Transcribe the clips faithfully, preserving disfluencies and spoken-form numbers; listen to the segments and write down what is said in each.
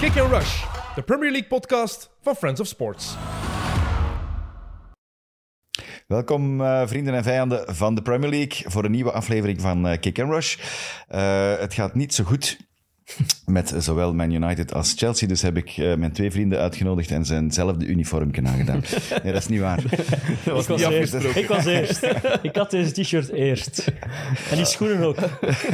Kick and Rush, de Premier League podcast van Friends of Sports. Welkom uh, vrienden en vijanden van de Premier League voor een nieuwe aflevering van uh, Kick and Rush. Uh, het gaat niet zo goed met zowel Man United als Chelsea, dus heb ik uh, mijn twee vrienden uitgenodigd en zijnzelfde uniformje aangedaan. Nee, dat is niet waar. Dat was ik, was eerst. ik was eerst. Ik had deze t-shirt eerst. En die schoenen ook.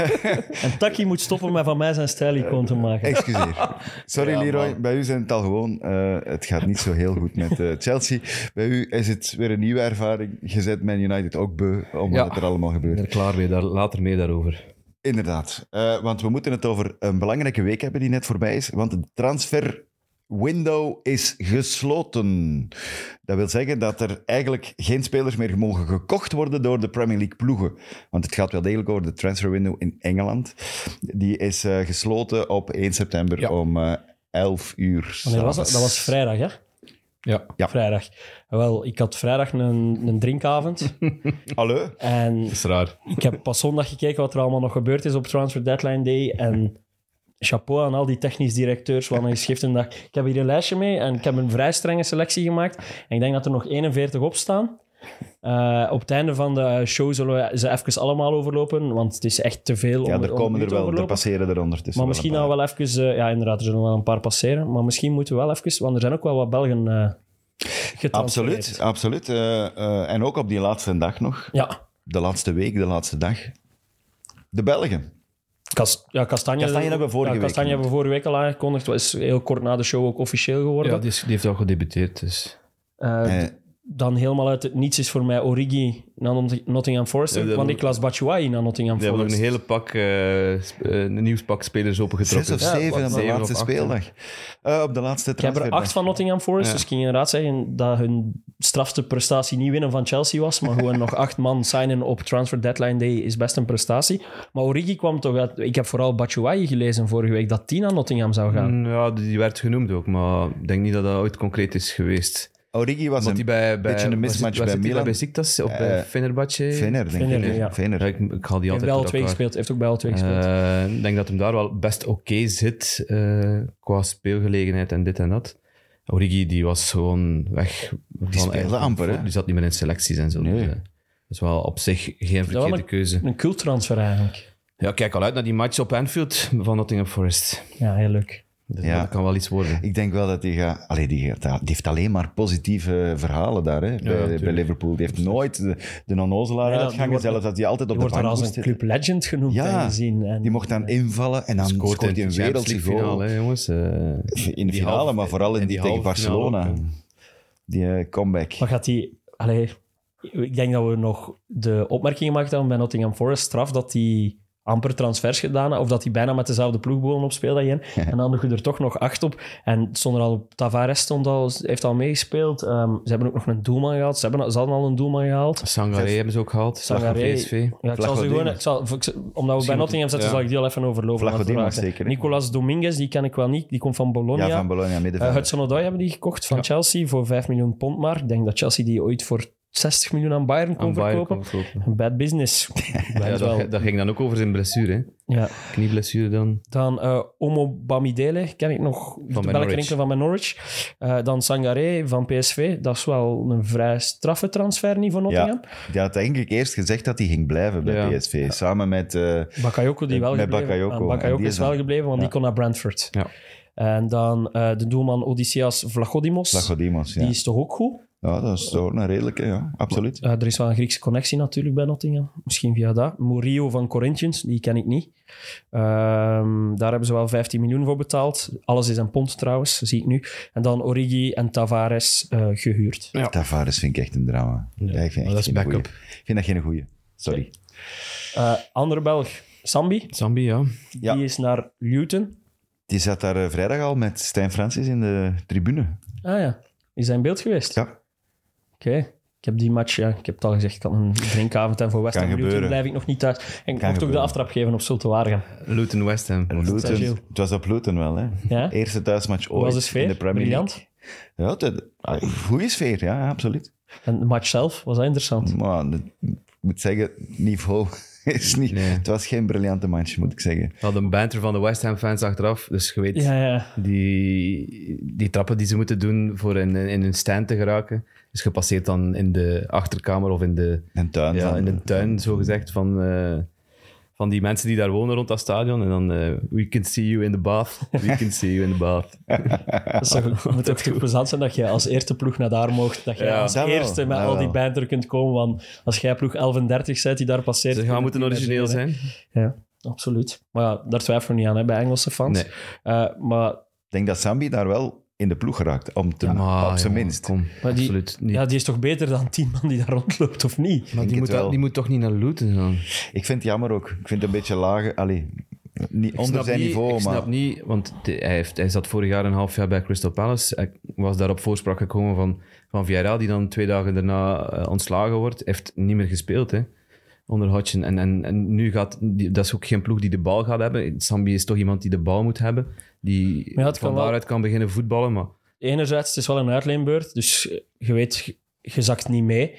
En Taki moet stoppen met van mij zijn stijl-icoon te maken. Excuseer. Sorry ja, Leroy, man. Bij u zijn het al gewoon. Uh, het gaat niet zo heel goed met uh, Chelsea. Bij u is het weer een nieuwe ervaring. Je zet Man United ook beu, omdat ja, het er allemaal gebeurt. Ik ben er klaar mee, daar, later mee daarover. Inderdaad, uh, want we moeten het over een belangrijke week hebben die net voorbij is, want de transfer window is gesloten. Dat wil zeggen dat er eigenlijk geen spelers meer mogen gekocht worden door de Premier League ploegen. Want het gaat wel degelijk over de transfer window in Engeland. Die is uh, gesloten op één september ja. om uh, elf uur. Wanneer was dat? Dat was vrijdag, hè? Ja. ja. Vrijdag. Wel, ik had vrijdag een, een drinkavond. Hallo? En dat is raar. Ik heb pas zondag gekeken wat er allemaal nog gebeurd is op Transfer Deadline Day. En chapeau aan al die technisch directeurs. Wat een geschifte dag. Ik heb hier een lijstje mee en ik heb een vrij strenge selectie gemaakt. En ik denk dat er nog eenenveertig op staan. Uh, op het einde van de show zullen we ze even allemaal overlopen, want het is echt te veel om Ja, er komen om er wel, er passeren er ondertussen. Maar misschien nou wel even... Uh, ja, inderdaad, er zullen wel een paar passeren. Maar misschien moeten we wel even... Want er zijn ook wel wat Belgen uh, getransfereerd. Absoluut, absoluut. Uh, uh, en ook op die laatste dag nog. Ja. De laatste week, de laatste dag. De Belgen. Kas, ja, Kastanje, Kastanje hebben we vorige ja, week. Kastanje hebben we vorige week al aangekondigd. Het is heel kort na de show ook officieel geworden. Ja, die, is, die heeft al gedebuteerd, dus... Uh, uh, Dan helemaal uit het niets is voor mij Origi naar Nottingham Forest. Ja, want ik las Batshuayi naar Nottingham Forest. We hebben een hele pak, uh, een nieuws pak spelers opengetrokken. Zes of zeven ja, op de laatste speeldag. Uh, op de laatste transferdag. Ik heb er acht van Nottingham Forest, ja. Dus ik ging inderdaad zeggen dat hun strafste prestatie niet winnen van Chelsea was, maar gewoon nog acht man signen op Transfer Deadline Day is best een prestatie. Maar Origi kwam toch uit... Ik heb vooral Batshuayi gelezen vorige week, dat die naar Nottingham zou gaan. Ja, die werd genoemd ook, maar ik denk niet dat dat ooit concreet is geweest. Origi was een bij, bij, beetje een mismatch was het, bij Milan. Bij Besiktas of uh, bij Fenerbahce? Fener, denk Fener, ik. Ja. Fener. Ja, ik, ik haal die altijd heeft, twee gespeeld, heeft ook bij al twee gespeeld. Uh, ik denk dat hem daar wel best oké okay zit uh, qua speelgelegenheid en dit en dat. Origi die was gewoon weg. Die van, speelde amper, hè? Die zat niet meer in selecties en zo. Nee. Dus, uh, dat is wel op zich geen verkeerde een, keuze. Een culttransfer eigenlijk. Ja, kijk al uit naar die match op Anfield van Nottingham Forest. Ja, heel leuk. Dus ja. Dat kan wel iets worden. Ik denk wel dat hij gaat... Allee, die, gaat, die heeft alleen maar positieve verhalen daar, hè, bij, ja, bij Liverpool. Die heeft nooit de, de onnozelaar nee, uitgangen, zelfs dat hij altijd op de bank moest zitten. Die wordt daar als een club legend genoemd ja, en gezien. En, die mocht dan invallen en dan scoort, scoort hij een wereldse goal. Finale, jongens. Uh, in de finale, half, maar vooral in, in die, die tegen Barcelona. Ook, die uh, comeback. Maar gaat die... Allee, ik denk dat we nog de opmerking gemaakt hebben bij Nottingham Forest straf dat die amper transfers gedaan, of dat hij bijna met dezelfde ploeg bovenop speelde. Ja. En dan doe je er toch nog acht op. En stond er al, Tavares stond al, heeft al meegespeeld. Um, ze hebben ook nog een doelman gehaald. Ze, hebben, ze hadden al een doelman gehaald. Sangaré hebben ze ook gehaald. Sangaré. P S V. Ja, ik zal ze gewoon, ik zal, omdat we bij Nottingham zitten, ja. zal ik die al even overlopen. Zeker, Nicolas Dominguez, die ken ik wel niet. Die komt van Bologna. Ja, van Bologna, middenveld. Uh, Hudson-Odoi hebben die gekocht van ja. Chelsea voor vijf miljoen pond maar. Ik denk dat Chelsea die ooit voor zestig miljoen aan Bayern kon aan verkopen. Bayern kon Bad business. ja, dat, dat ging dan ook over zijn blessure. Hè? Ja. Knieblessure dan. Dan uh, Omo Bamidele, ken ik nog. Van de Belkenrinkel van mijn Norwich. Uh, dan Sangaré van P S V. Dat is wel een vrij straffe transfer niet voor Nottingham. Ja, die had eigenlijk eerst gezegd dat hij ging blijven bij ja. P S V. Ja. Samen met... Uh, Bakayoko, die wel met gebleven. Bakayoko. Uh, Bakayoko is wel gebleven, want ja. die kon naar Brentford. Ja. En dan uh, de doelman Odysseas Vlachodimos. Vlachodimos, ja. Die is toch ook goed? Ja, dat is toch een redelijke, ja, absoluut. Uh, er is wel een Griekse connectie natuurlijk bij Nottingham. Misschien via dat. Murillo van Corinthians, die ken ik niet. Uh, daar hebben ze wel vijftien miljoen voor betaald. Alles is een pond trouwens, zie ik nu. En dan Origi en Tavares uh, gehuurd. Ja. Tavares vind ik echt een drama. Ja, ja, ik vind dat is backup. Ik vind dat geen goeie. Sorry. Uh, andere Belg, Sambi. Sambi, ja. Die ja. is naar Luton. Die zat daar uh, vrijdag al met Stijn Francis in de tribune. Ah ja, is hij in beeld geweest? Ja. Oké. Okay. Ik heb die match, ja, ik heb het al gezegd, ik had een drinkavond en voor West Ham Luton blijf ik nog niet thuis. En ik kan mocht gebeuren. Ook de aftrap geven op Zulte Waregem. Luton West Ham. Luton, het was op Luton wel, hè. Ja? Eerste thuismatch ooit was de sfeer? In de Premier Briljant? League. Ja, de, goede sfeer, ja, absoluut. En de match zelf, was dat interessant? Maar, ik moet zeggen, niveau is niet, Nee. Het was geen briljante match, moet ik zeggen. We hadden een banter van de West Ham fans achteraf. Dus je weet, Ja, ja. die, die trappen die ze moeten doen voor in, in hun stand te geraken. Dus je passeert dan in de achterkamer of in de, Een tuin. ja, van- in de tuin, zogezegd, van, uh, van die mensen die daar wonen rond dat stadion. En dan, uh, we can see you in the bath. We can see you in the bath. Dat is toch- het moet toch toch plezant zijn dat je als eerste ploeg naar daar mocht. Dat je Ja, als dat wel, eerste met dat al die wel. banter kunt komen. Want als jij ploeg elf en dertig bent die daar passeert... Ze kun gaan je moeten het niet origineel meer zijn. zien, hè. Ja, absoluut. Maar ja, daar twijfelen we niet aan hè, bij Engelse fans. Nee. Uh, maar Ik denk dat Sambi daar wel in de ploeg geraakt, om te, Maar, op zijn jongen, minst. Kom, Maar die- absoluut niet. ja, die is toch beter dan tien man die daar rondloopt, of niet? maar denk die het moet, wel. die moet toch niet naar Luton gaan? Ik vind het jammer ook. Ik vind het een beetje lage. Allee, niet Ik onder snap zijn niet, niveau, ik maar... snap niet, want de- hij, heeft, hij zat vorig jaar een half jaar bij Crystal Palace. Hij was daar op voorspraak gekomen van, van Vieira, die dan twee dagen daarna uh, ontslagen wordt. Hij heeft niet meer gespeeld, hè, onder Hodgson. En, en, en nu gaat... Die, dat is ook geen ploeg die de bal gaat hebben. Sambi is toch iemand die de bal moet hebben. Die ja, het kan van wel- daaruit kan beginnen voetballen, maar... Enerzijds, het is wel een uitleenbeurt, dus je weet, je- je zakt niet mee.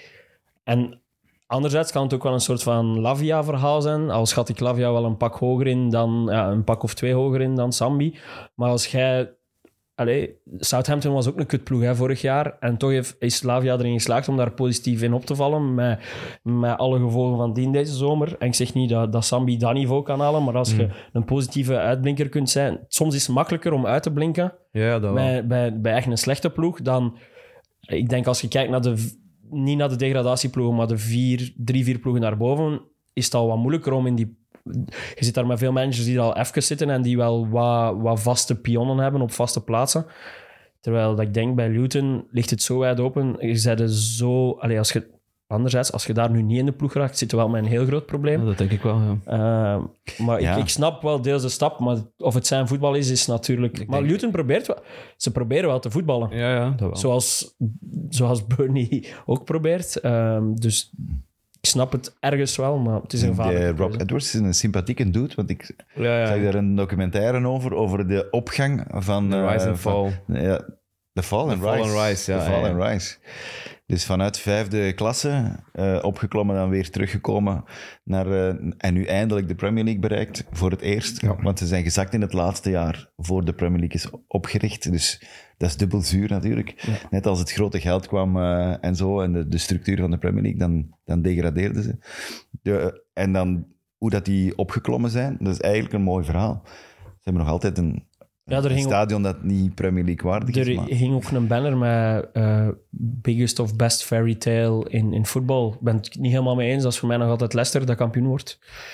En anderzijds kan het ook wel een soort van Lavia-verhaal zijn. Al schat ik Lavia wel een pak hoger in dan... Ja, een pak of twee hoger in dan Sambi. Maar als jij... Allee, Southampton was ook een kutploeg hè, vorig jaar. En toch heeft, is Lavia erin geslaagd om daar positief in op te vallen. Met, met alle gevolgen van dien deze zomer. En ik zeg niet dat, dat Sambi dat niveau kan halen. Maar als je een positieve uitblinker kunt zijn... Soms is het makkelijker om uit te blinken Ja, dat wel. bij, bij, bij echt een slechte ploeg, dan... Ik denk als je kijkt naar de... v- Niet naar de degradatieploegen, maar de vier, drie, vier ploegen daarboven, is het al wat moeilijker om in die... Je zit daar met veel managers die er al even zitten en die wel wat, wat vaste pionnen hebben op vaste plaatsen. Terwijl dat ik denk, bij Luton ligt het zo wijd open. Je zet zo... Allee, als je, anderzijds, als je daar nu niet in de ploeg raakt, zit je wel met een heel groot probleem. Ja, dat denk ik wel, ja. Uh, maar Ja. ik, ik snap wel deels de stap, maar of het zijn voetbal is, is natuurlijk... Maar denk- Luton probeert wel... Ze proberen wel te voetballen. Ja, ja, dat wel. Zoals, zoals Burnley ook probeert. Um, dus ik snap het ergens wel, maar het is een Die gevaarlijke Rob keuze. Edwards is een sympathieke dude, want ik ja, ja. zag daar een documentaire over, over de opgang van... De eh, rise and van- fall. Ja, de fall and De fall rise. and rise, ja, De fall ja, and ja. rise. Dus vanuit vijfde klasse uh, opgeklommen, dan weer teruggekomen naar... Uh, en nu eindelijk de Premier League bereikt, voor het eerst. Ja. Want ze zijn gezakt in het laatste jaar voor de Premier League is opgericht. Dus dat is dubbel zuur natuurlijk. Ja. Net als het grote geld kwam uh, en zo, en de, de structuur van de Premier League, dan, dan degradeerden ze. De, en dan hoe dat die opgeklommen zijn, dat is eigenlijk een mooi verhaal. Ze hebben nog altijd een... Ja, er een hing ook- stadion dat niet Premier League waardig is. Er Maar... hing ook een banner met uh, biggest of best fairy tale in, in voetbal. Ik ben het niet helemaal mee eens. Dat is voor mij nog altijd Leicester dat kampioen wordt.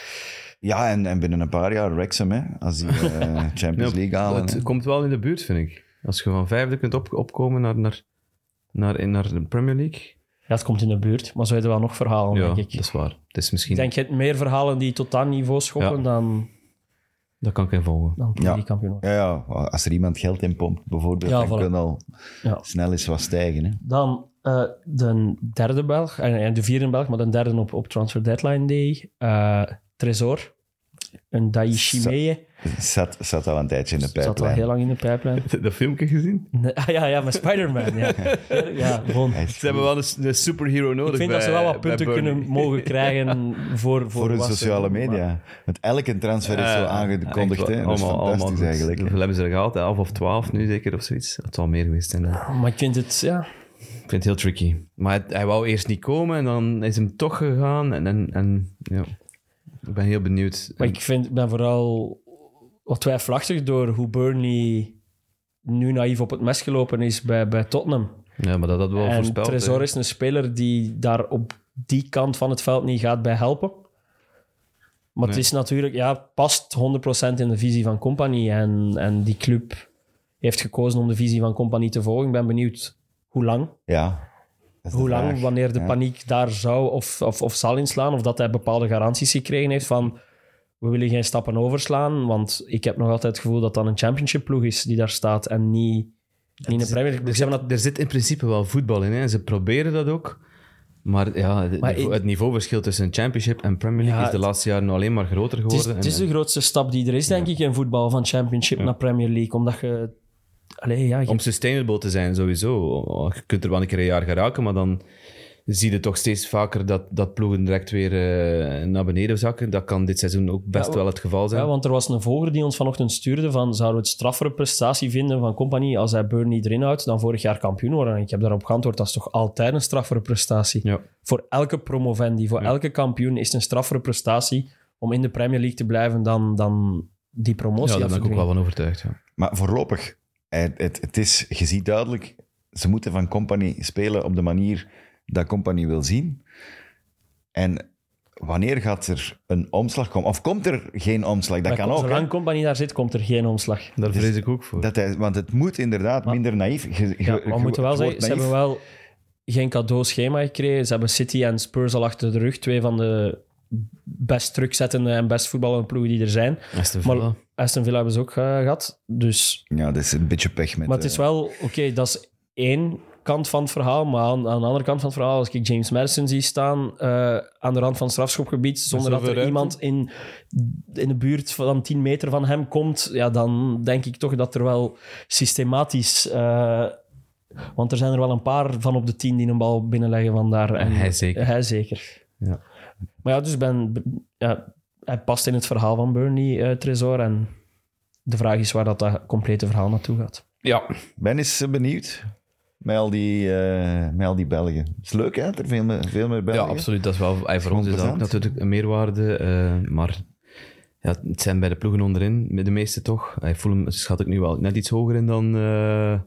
Ja, en, en binnen een paar jaar Wrexham, hè, als die uh, Champions Ja, League halen. Het hè. komt wel in de buurt, vind ik. Als je van vijfde kunt op, opkomen naar, naar, naar, naar de Premier League. Ja, het komt in de buurt, maar zo hebben we wel nog verhalen, Ja, denk ik. dat is waar. Het is misschien... Ik denk je hebt meer verhalen die tot dat niveau schoppen Ja. dan, Dat kan ik in volgen. dan Ja. die kampioen wordt. Ja, ja, als er iemand geld in pompt, bijvoorbeeld, Ja, dan voilà. kan al Ja. snel eens wat stijgen. Hè. Dan uh, de derde Belg, en en de vierde Belg, maar de derde op, op Transfer Deadline Day. Uh, Tresor, een Daishimeye. Zat, zat al een tijdje in de Zat al pijplijn. heel lang in de pijplijn. Dat filmpje gezien? Nee, ah, ja, ja, met Spider-Man. Ja, ja gewoon. Hij is Ze hebben wel een, een superhero nodig. Ik vind dat ze wel wat punten kunnen mogen krijgen voor, voor, voor hun wat ze sociale doen, media. maar- Want elke transfer is zo aangekondigd. Hè. Dat is fantastisch eigenlijk. Hè. Hoeveel hebben ze er gehaald? elf of twaalf nu zeker of zoiets? Dat zal meer geweest zijn. hè. Maar ik vind het, ja... Ik vind het heel tricky. Maar hij, hij wou eerst niet komen en dan is hem toch gegaan. En, en, en ja, ik ben heel benieuwd. Maar ik vind, ben vooral wat twijfelachtig door hoe Burnley nu naïef op het mes gelopen is bij, bij Tottenham. Ja, maar dat had wel En voorspeld. Tresor hè. is een speler die daar op die kant van het veld niet gaat bij helpen. Maar het Nee. is natuurlijk, ja, past honderd procent in de visie van Company. En, en die club heeft gekozen om de visie van Company te volgen. Ik ben benieuwd hoe lang. Ja. dat is de Hoe lang, vraag. wanneer de Ja. paniek daar zou of, of, of zal inslaan. Of dat hij bepaalde garanties gekregen heeft van... We willen geen stappen overslaan, want ik heb nog altijd het gevoel dat dat een championship-ploeg is die daar staat en niet, niet een Premier League. Er Ze hebben zit, er zit in principe wel voetbal in. Hè. En ze proberen dat ook. Maar ja, het, Maar niveau, ik- het niveauverschil tussen Championship en Premier League Ja, is de laatste jaren alleen maar groter Het geworden. is, het is En- de grootste stap die er is, denk ik, in voetbal, van Championship naar Premier League. Omdat je... Allee, ja, je Om sustainable te zijn, sowieso. Je kunt er wel een keer een jaar geraken, maar dan, zie je toch steeds vaker dat, dat ploegen direct weer uh, naar beneden zakken. Dat kan dit seizoen ook best ja, wel het geval zijn. Ja, want er was een volger die ons vanochtend stuurde van zouden we het straffere prestatie vinden van Company als hij Burnley erin houdt dan vorig jaar kampioen worden. En ik heb daarop geantwoord, dat is toch altijd een straffere prestatie. Ja. Voor elke promovendi, voor ja. elke kampioen is het een straffere prestatie om in de Premier League te blijven dan, dan die promotie. Ja, daar ben ik ook wel van overtuigd. Ja. Maar voorlopig, het, het, het is, je ziet duidelijk, ze moeten van Company spelen op de manier dat Company wil zien. En wanneer gaat er een omslag komen? Of komt er geen omslag? Dat maar kan ook. Zolang Company daar zit, komt er geen omslag. Daar vrees dus ik ook voor. Dat hij, want het moet inderdaad maar, minder naïef. Je, ja, je, we moeten wel zeggen, ze hebben wel geen cadeau-schema gekregen. Ze hebben City en Spurs al achter de rug. Twee van de best drukzettende en best voetballende ploegen die er zijn. Aston Villa. Maar Aston Villa hebben ze ook uh, gehad. Dus... Ja, dat is een beetje pech met... Maar het is wel... Oké, okay, dat is één kant van het verhaal, maar aan, aan de andere kant van het verhaal, als ik James Maddison zie staan uh, aan de rand van het strafschopgebied, zonder dat er ruimte. iemand in, in de buurt van tien meter van hem komt, ja, dan denk ik toch dat er wel systematisch... Uh, want er zijn er wel een paar van op de tien die een bal binnenleggen vandaar. En hij zeker. Hij zeker. Ja. Maar ja, dus ben, ja, hij past in het verhaal van Burnley, uh, Tresor, en de vraag is waar dat, dat complete verhaal naartoe gaat. Ja. Ben is benieuwd. Met al die, uh, met al die Belgen. Het is leuk, hè? Er veel meer, veel meer Belgen. Ja, absoluut. Dat is wel, voor ons is dat ook natuurlijk een meerwaarde. Uh, maar ja, het zijn bij de ploegen onderin, de meeste toch. Ik voel hem, schat ik nu wel net iets hoger in dan, uh,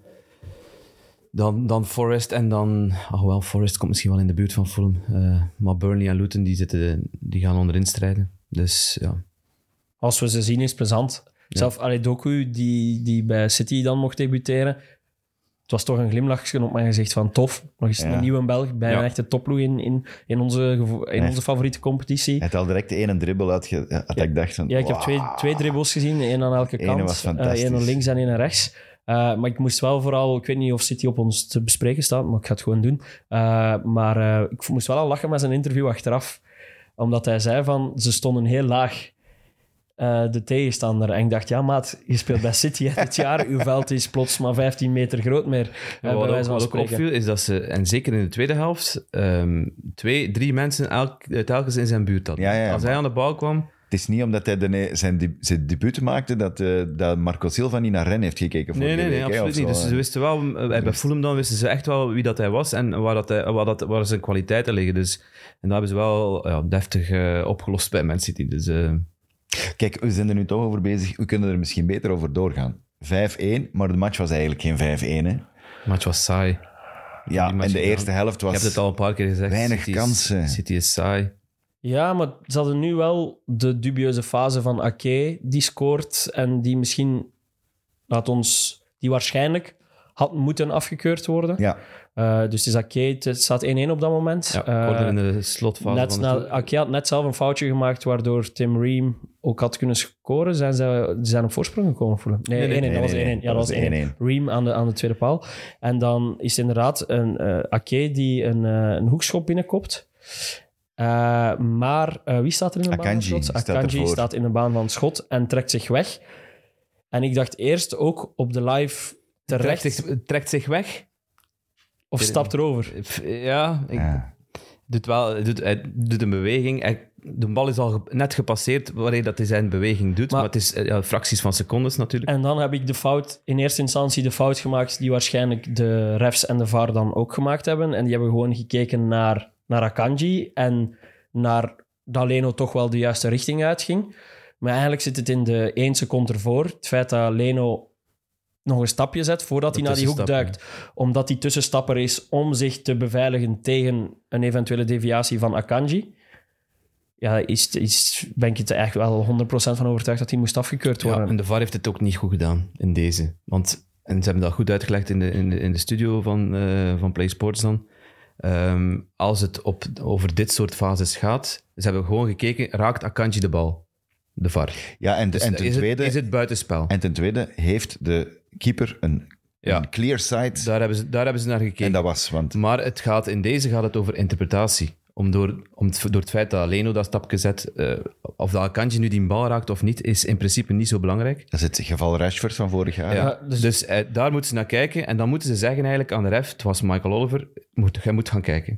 dan, dan Forest. En dan... Oh wel, Forest komt misschien wel in de buurt van Fulham. Uh, maar Burnley en Luton, die, zitten, die gaan onderin strijden. Dus ja. Als we ze zien, is het plezant. Ja. Zelf Ale Doku, die, die bij City dan mocht debuteren... Het was toch een glimlachje op mijn gezicht van tof. Nog eens ja. een nieuwe Belg bij ja. een echte topploeg in, in, in, onze, in onze favoriete competitie. Hij had al direct één dribbel uitge... Ja, dat ja. ik dacht van... Ja, ik wow. heb twee, twee dribbels gezien. één aan elke kant. Eén was fantastisch. Eén uh, links en één rechts. Uh, maar ik moest wel vooral... Ik weet niet of City op ons te bespreken staat, maar ik ga het gewoon doen. Uh, maar uh, ik moest wel al lachen met zijn interview achteraf. Omdat hij zei van... Ze stonden heel laag... Uh, de tegenstander. En ik dacht, ja maat, je speelt bij City dit jaar. Uw veld is plots maar vijftien meter groot meer. Uh, ja, wat ook, wat ook opviel, is dat ze, en zeker in de tweede helft, um, twee, drie mensen elk, telkens in zijn buurt hadden. Ja, ja, Als hij aan de bal kwam... Het is niet omdat hij de, zijn, de, zijn debuut maakte dat, uh, dat Marco Silva niet naar Ren heeft gekeken. Voor nee, nee, nee, week, absoluut niet. Dus ze wisten wel, uh, bij Fulham dan wisten ze echt wel wie dat hij was en waar, dat hij, waar, dat, waar zijn kwaliteiten liggen. Dus, en dat hebben ze wel ja, deftig uh, opgelost bij Man City. Dus... Uh, Kijk, we zijn er nu toch over bezig. We kunnen er misschien beter over doorgaan. vijf-één, maar de match was eigenlijk geen vijf-één. Hè? De match was saai. Ja, en de eerste helft was... Ik heb het al een paar keer gezegd. Weinig City kansen. Is, City is saai. Ja, maar ze hadden nu wel de dubieuze fase van Ake, die scoort en die misschien, laat ons, die waarschijnlijk had moeten afgekeurd worden. Ja. Uh, dus het is Ake, het staat één-één op dat moment. Ja, uh, in de slotfase net van na, de Ake had net zelf een foutje gemaakt, waardoor Tim Ream ook had kunnen scoren. Zijn ze zijn op voorsprong gekomen voelen? Nee, één-één, nee, nee, dat was één-één. Ja, dat was één-één. Ream aan de, aan de tweede paal. En dan is het inderdaad een uh, Ake die een, uh, een hoekschop binnenkopt. Uh, maar uh, wie staat er in de Akanji baan van het schot? staat Akanji ervoor. staat in de baan van het schot en trekt zich weg. En ik dacht eerst ook op de live terecht... Trekt zich, trekt zich weg? Of stapt erover? Ja, ik, Ja. Doet wel, hij doet, hij doet een beweging. Hij, de bal is al ge, net gepasseerd wanneer dat hij zijn beweging doet. Maar, maar het is ja, fracties van secondes natuurlijk. En dan heb ik de fout, in eerste instantie de fout gemaakt die waarschijnlijk de refs en de V A R dan ook gemaakt hebben. En die hebben gewoon gekeken naar, naar Akanji en naar dat Leno toch wel de juiste richting uitging. Maar eigenlijk zit het in de één seconde ervoor. Het feit dat Leno nog een stapje zet voordat hij naar die hoek duikt. Omdat die tussenstapper is om zich te beveiligen tegen een eventuele deviatie van Akanji. Ja, is, is, ben ik het eigenlijk wel honderd procent van overtuigd dat hij moest afgekeurd worden. Ja, en de V A R heeft het ook niet goed gedaan in deze. Want, en ze hebben dat goed uitgelegd in de, in de, in de studio van, uh, van Play Sports dan. Um, als het op, over dit soort fases gaat, ze hebben gewoon gekeken, raakt Akanji de bal? De V A R. Ja, en, Dus en ten is, tweede... het, is het buitenspel? En ten tweede heeft de keeper een, Ja. een clear sight. Daar hebben, ze, daar hebben ze naar gekeken. En dat was, want... Maar het gaat, in deze gaat het over interpretatie. Om door, om het, door het feit dat Leno dat stapje zet, uh, of dat Akanji nu die bal raakt of niet, is in principe niet zo belangrijk. Dat is het geval Rashford van vorig jaar. Ja, Ja, dus dus- dus uh, daar moeten ze naar kijken. En dan moeten ze zeggen eigenlijk aan de ref, het was Michael Oliver, moet, jij moet gaan kijken.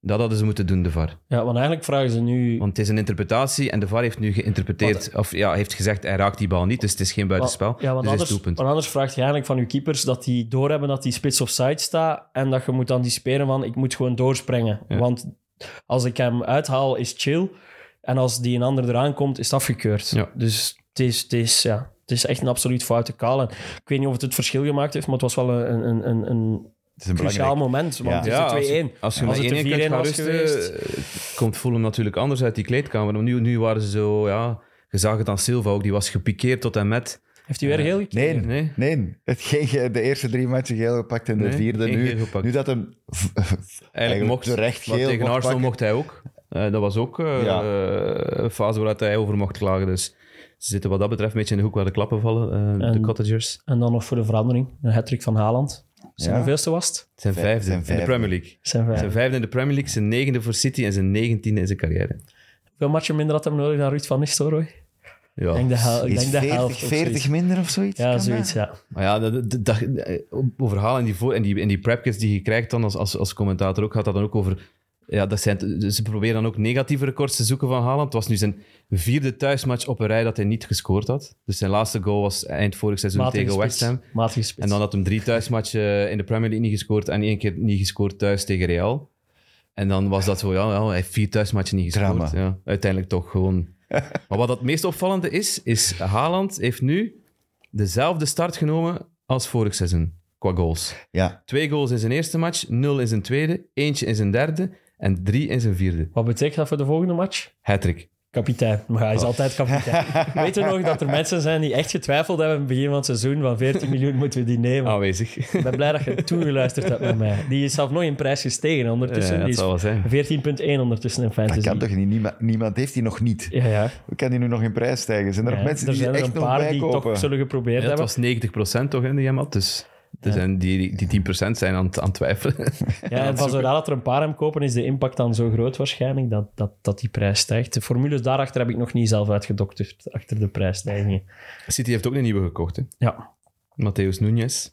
Dat hadden ze moeten doen, de V A R. Ja, want eigenlijk vragen ze nu... Want het is een interpretatie en de V A R heeft nu geïnterpreteerd, Wat? of ja, heeft gezegd, hij raakt die bal niet, dus het is geen buitenspel. Ja, want dus anders, is doelpunt. want anders vraagt je eigenlijk van je keepers dat die doorhebben dat die spits offside staat en dat je moet anticiperen van ik moet gewoon doorspringen. Ja. Want als ik hem uithaal is chill en als die een ander eraan komt is het afgekeurd. Ja. Dus het is, het, is, ja, het is echt een absoluut foute call. En ik weet niet of het het verschil gemaakt heeft, maar het was wel een, een, een, een Het is een cruciaal belangrijk... moment. Want Ja. het is Ja, de twee één. als, als je Als met het één de kunt vier één gaan was rusten, geweest. eh, komt Fulham natuurlijk anders uit die kleedkamer. Maar nu, nu waren ze zo, ja... Je zag het aan Silva ook, die was gepikeerd tot en met. Heeft hij weer heel gekregen? Nee, Nee. nee. Het ging de eerste drie matchen geel gepakt en de Nee, vierde geen nu. geel gepakt. Nu dat hem v- Eigenlijk, eigenlijk mocht, terecht maar geel tegen mocht Arsenal pakken. mocht hij ook. Eh, dat was ook eh, Ja. eh, een fase waaruit hij over mocht klagen. Dus ze zitten wat dat betreft een beetje in de hoek waar de klappen vallen, eh, En- de Cottagers. En dan nog voor de verandering, een hat-trick van Haaland. Zijn Ja. hoeveelste was het? Zijn Vijf- vijfde zijn in de vijfde. Premier League. Zijn vijf. Zijn vijfde in de Premier League, zijn negende voor City en zijn negentiende in zijn carrière. Hoeveel matchen minder had hem nodig dan Ruud van Nistelrooy? Ja. Ik denk de, hel- ik Is denk de veertig, helft. of veertig zoiets. minder of zoiets? Ja, Kan zoiets, dat? ja. Maar ja, dat, dat, dat, overhalen in die, voor, in die, in die prepkits die je krijgt dan als, als, als commentator ook, gaat dat dan ook over... Ja, dat zijn, ze proberen dan ook negatieve records te zoeken van Haaland. Het was nu zijn vierde thuismatch op een rij dat hij niet gescoord had. Dus zijn laatste goal was eind vorig seizoen Matige tegen spits. West Ham. Matige spits. En dan had hem drie thuismatchen in de Premier League niet gescoord en één keer niet gescoord thuis tegen Real. En dan was dat zo, ja, ja hij heeft vier thuismatchen niet gescoord. Drama. Ja, uiteindelijk toch gewoon... Maar wat het meest opvallende is, is Haaland heeft nu dezelfde start genomen als vorig seizoen, qua goals. Ja, Twee goals in zijn eerste match, nul in zijn tweede, eentje in zijn derde en drie in zijn vierde. Wat betekent dat voor de volgende match? Hattrick. Kapitein. Maar hij is Oh. altijd kapitein. Weet je nog dat er mensen zijn die echt getwijfeld hebben in het begin van het seizoen van veertien miljoen moeten we die nemen? Aanwezig. Ik ben blij dat je toegeluisterd hebt naar mij. Die is zelf nog in prijs gestegen ondertussen. Ja, dat die is zal wel zijn. veertien komma één ondertussen in dat fantasy. kan toch niet? Niemand, niemand heeft die nog niet. Ja, ja. Hoe kan die nu nog in prijs stijgen? Zijn er Ja, nog mensen er die zijn die er echt een nog paar die bijkopen? toch zullen geprobeerd Ja, het hebben. was negentig procent toch in die had, dus... Er Ja. zijn die, die tien procent zijn aan, het- aan het twijfelen. Ja, en van zodra dat er een paar hem kopen, is de impact dan zo groot waarschijnlijk dat, dat, dat die prijs stijgt. De formules daarachter heb ik nog niet zelf uitgedokterd, achter de prijsstijgingen. City heeft ook een nieuwe gekocht, hè. Ja, Matthäus Núñez.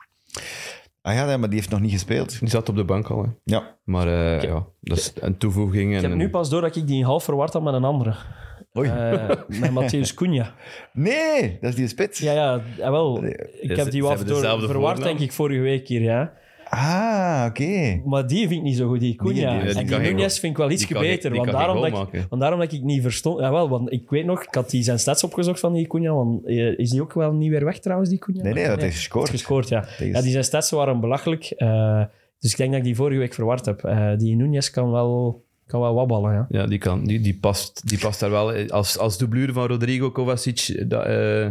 Ah ja, nee, maar die heeft nog niet gespeeld. Die zat op de bank al, hè. Ja. Maar eh, heb- ja, dat is een toevoeging. En ik heb een- nu pas door dat ik die half verward had met een andere. Oei. Eh, met Matthäus Cunha. Nee, dat is die spits. Ja, ja, jawel. Ik Ze- heb ze die wel hebben door dezelfde verward, voornaam. denk ik, vorige week hier, ja. Ah, oké. Maar die vind ik niet zo goed, die Cunha. Die- die- en die die kan geen Núñez goal- vind ik wel iets die kan geen- beter. die Want kan geen daarom, goal dat ik, maken. want daarom dat ik niet verstond... Jawel, want ik weet nog, ik had die zijn stats opgezocht van die Cunha. Want, eh, is die ook wel niet weer weg trouwens, die Cunha? Nee, nee, dat is gescoord. Is gescoord, ja. Tegen- Ja, die zijn stats waren belachelijk. eh, dus ik denk dat ik die vorige week verward heb. Eh, die Núñez kan wel, kan wel wabbelen, ja. Ja, die, kan, die, die, past, die past daar wel. Als, als dublure van Rodrigo Kovacic... Dat, eh,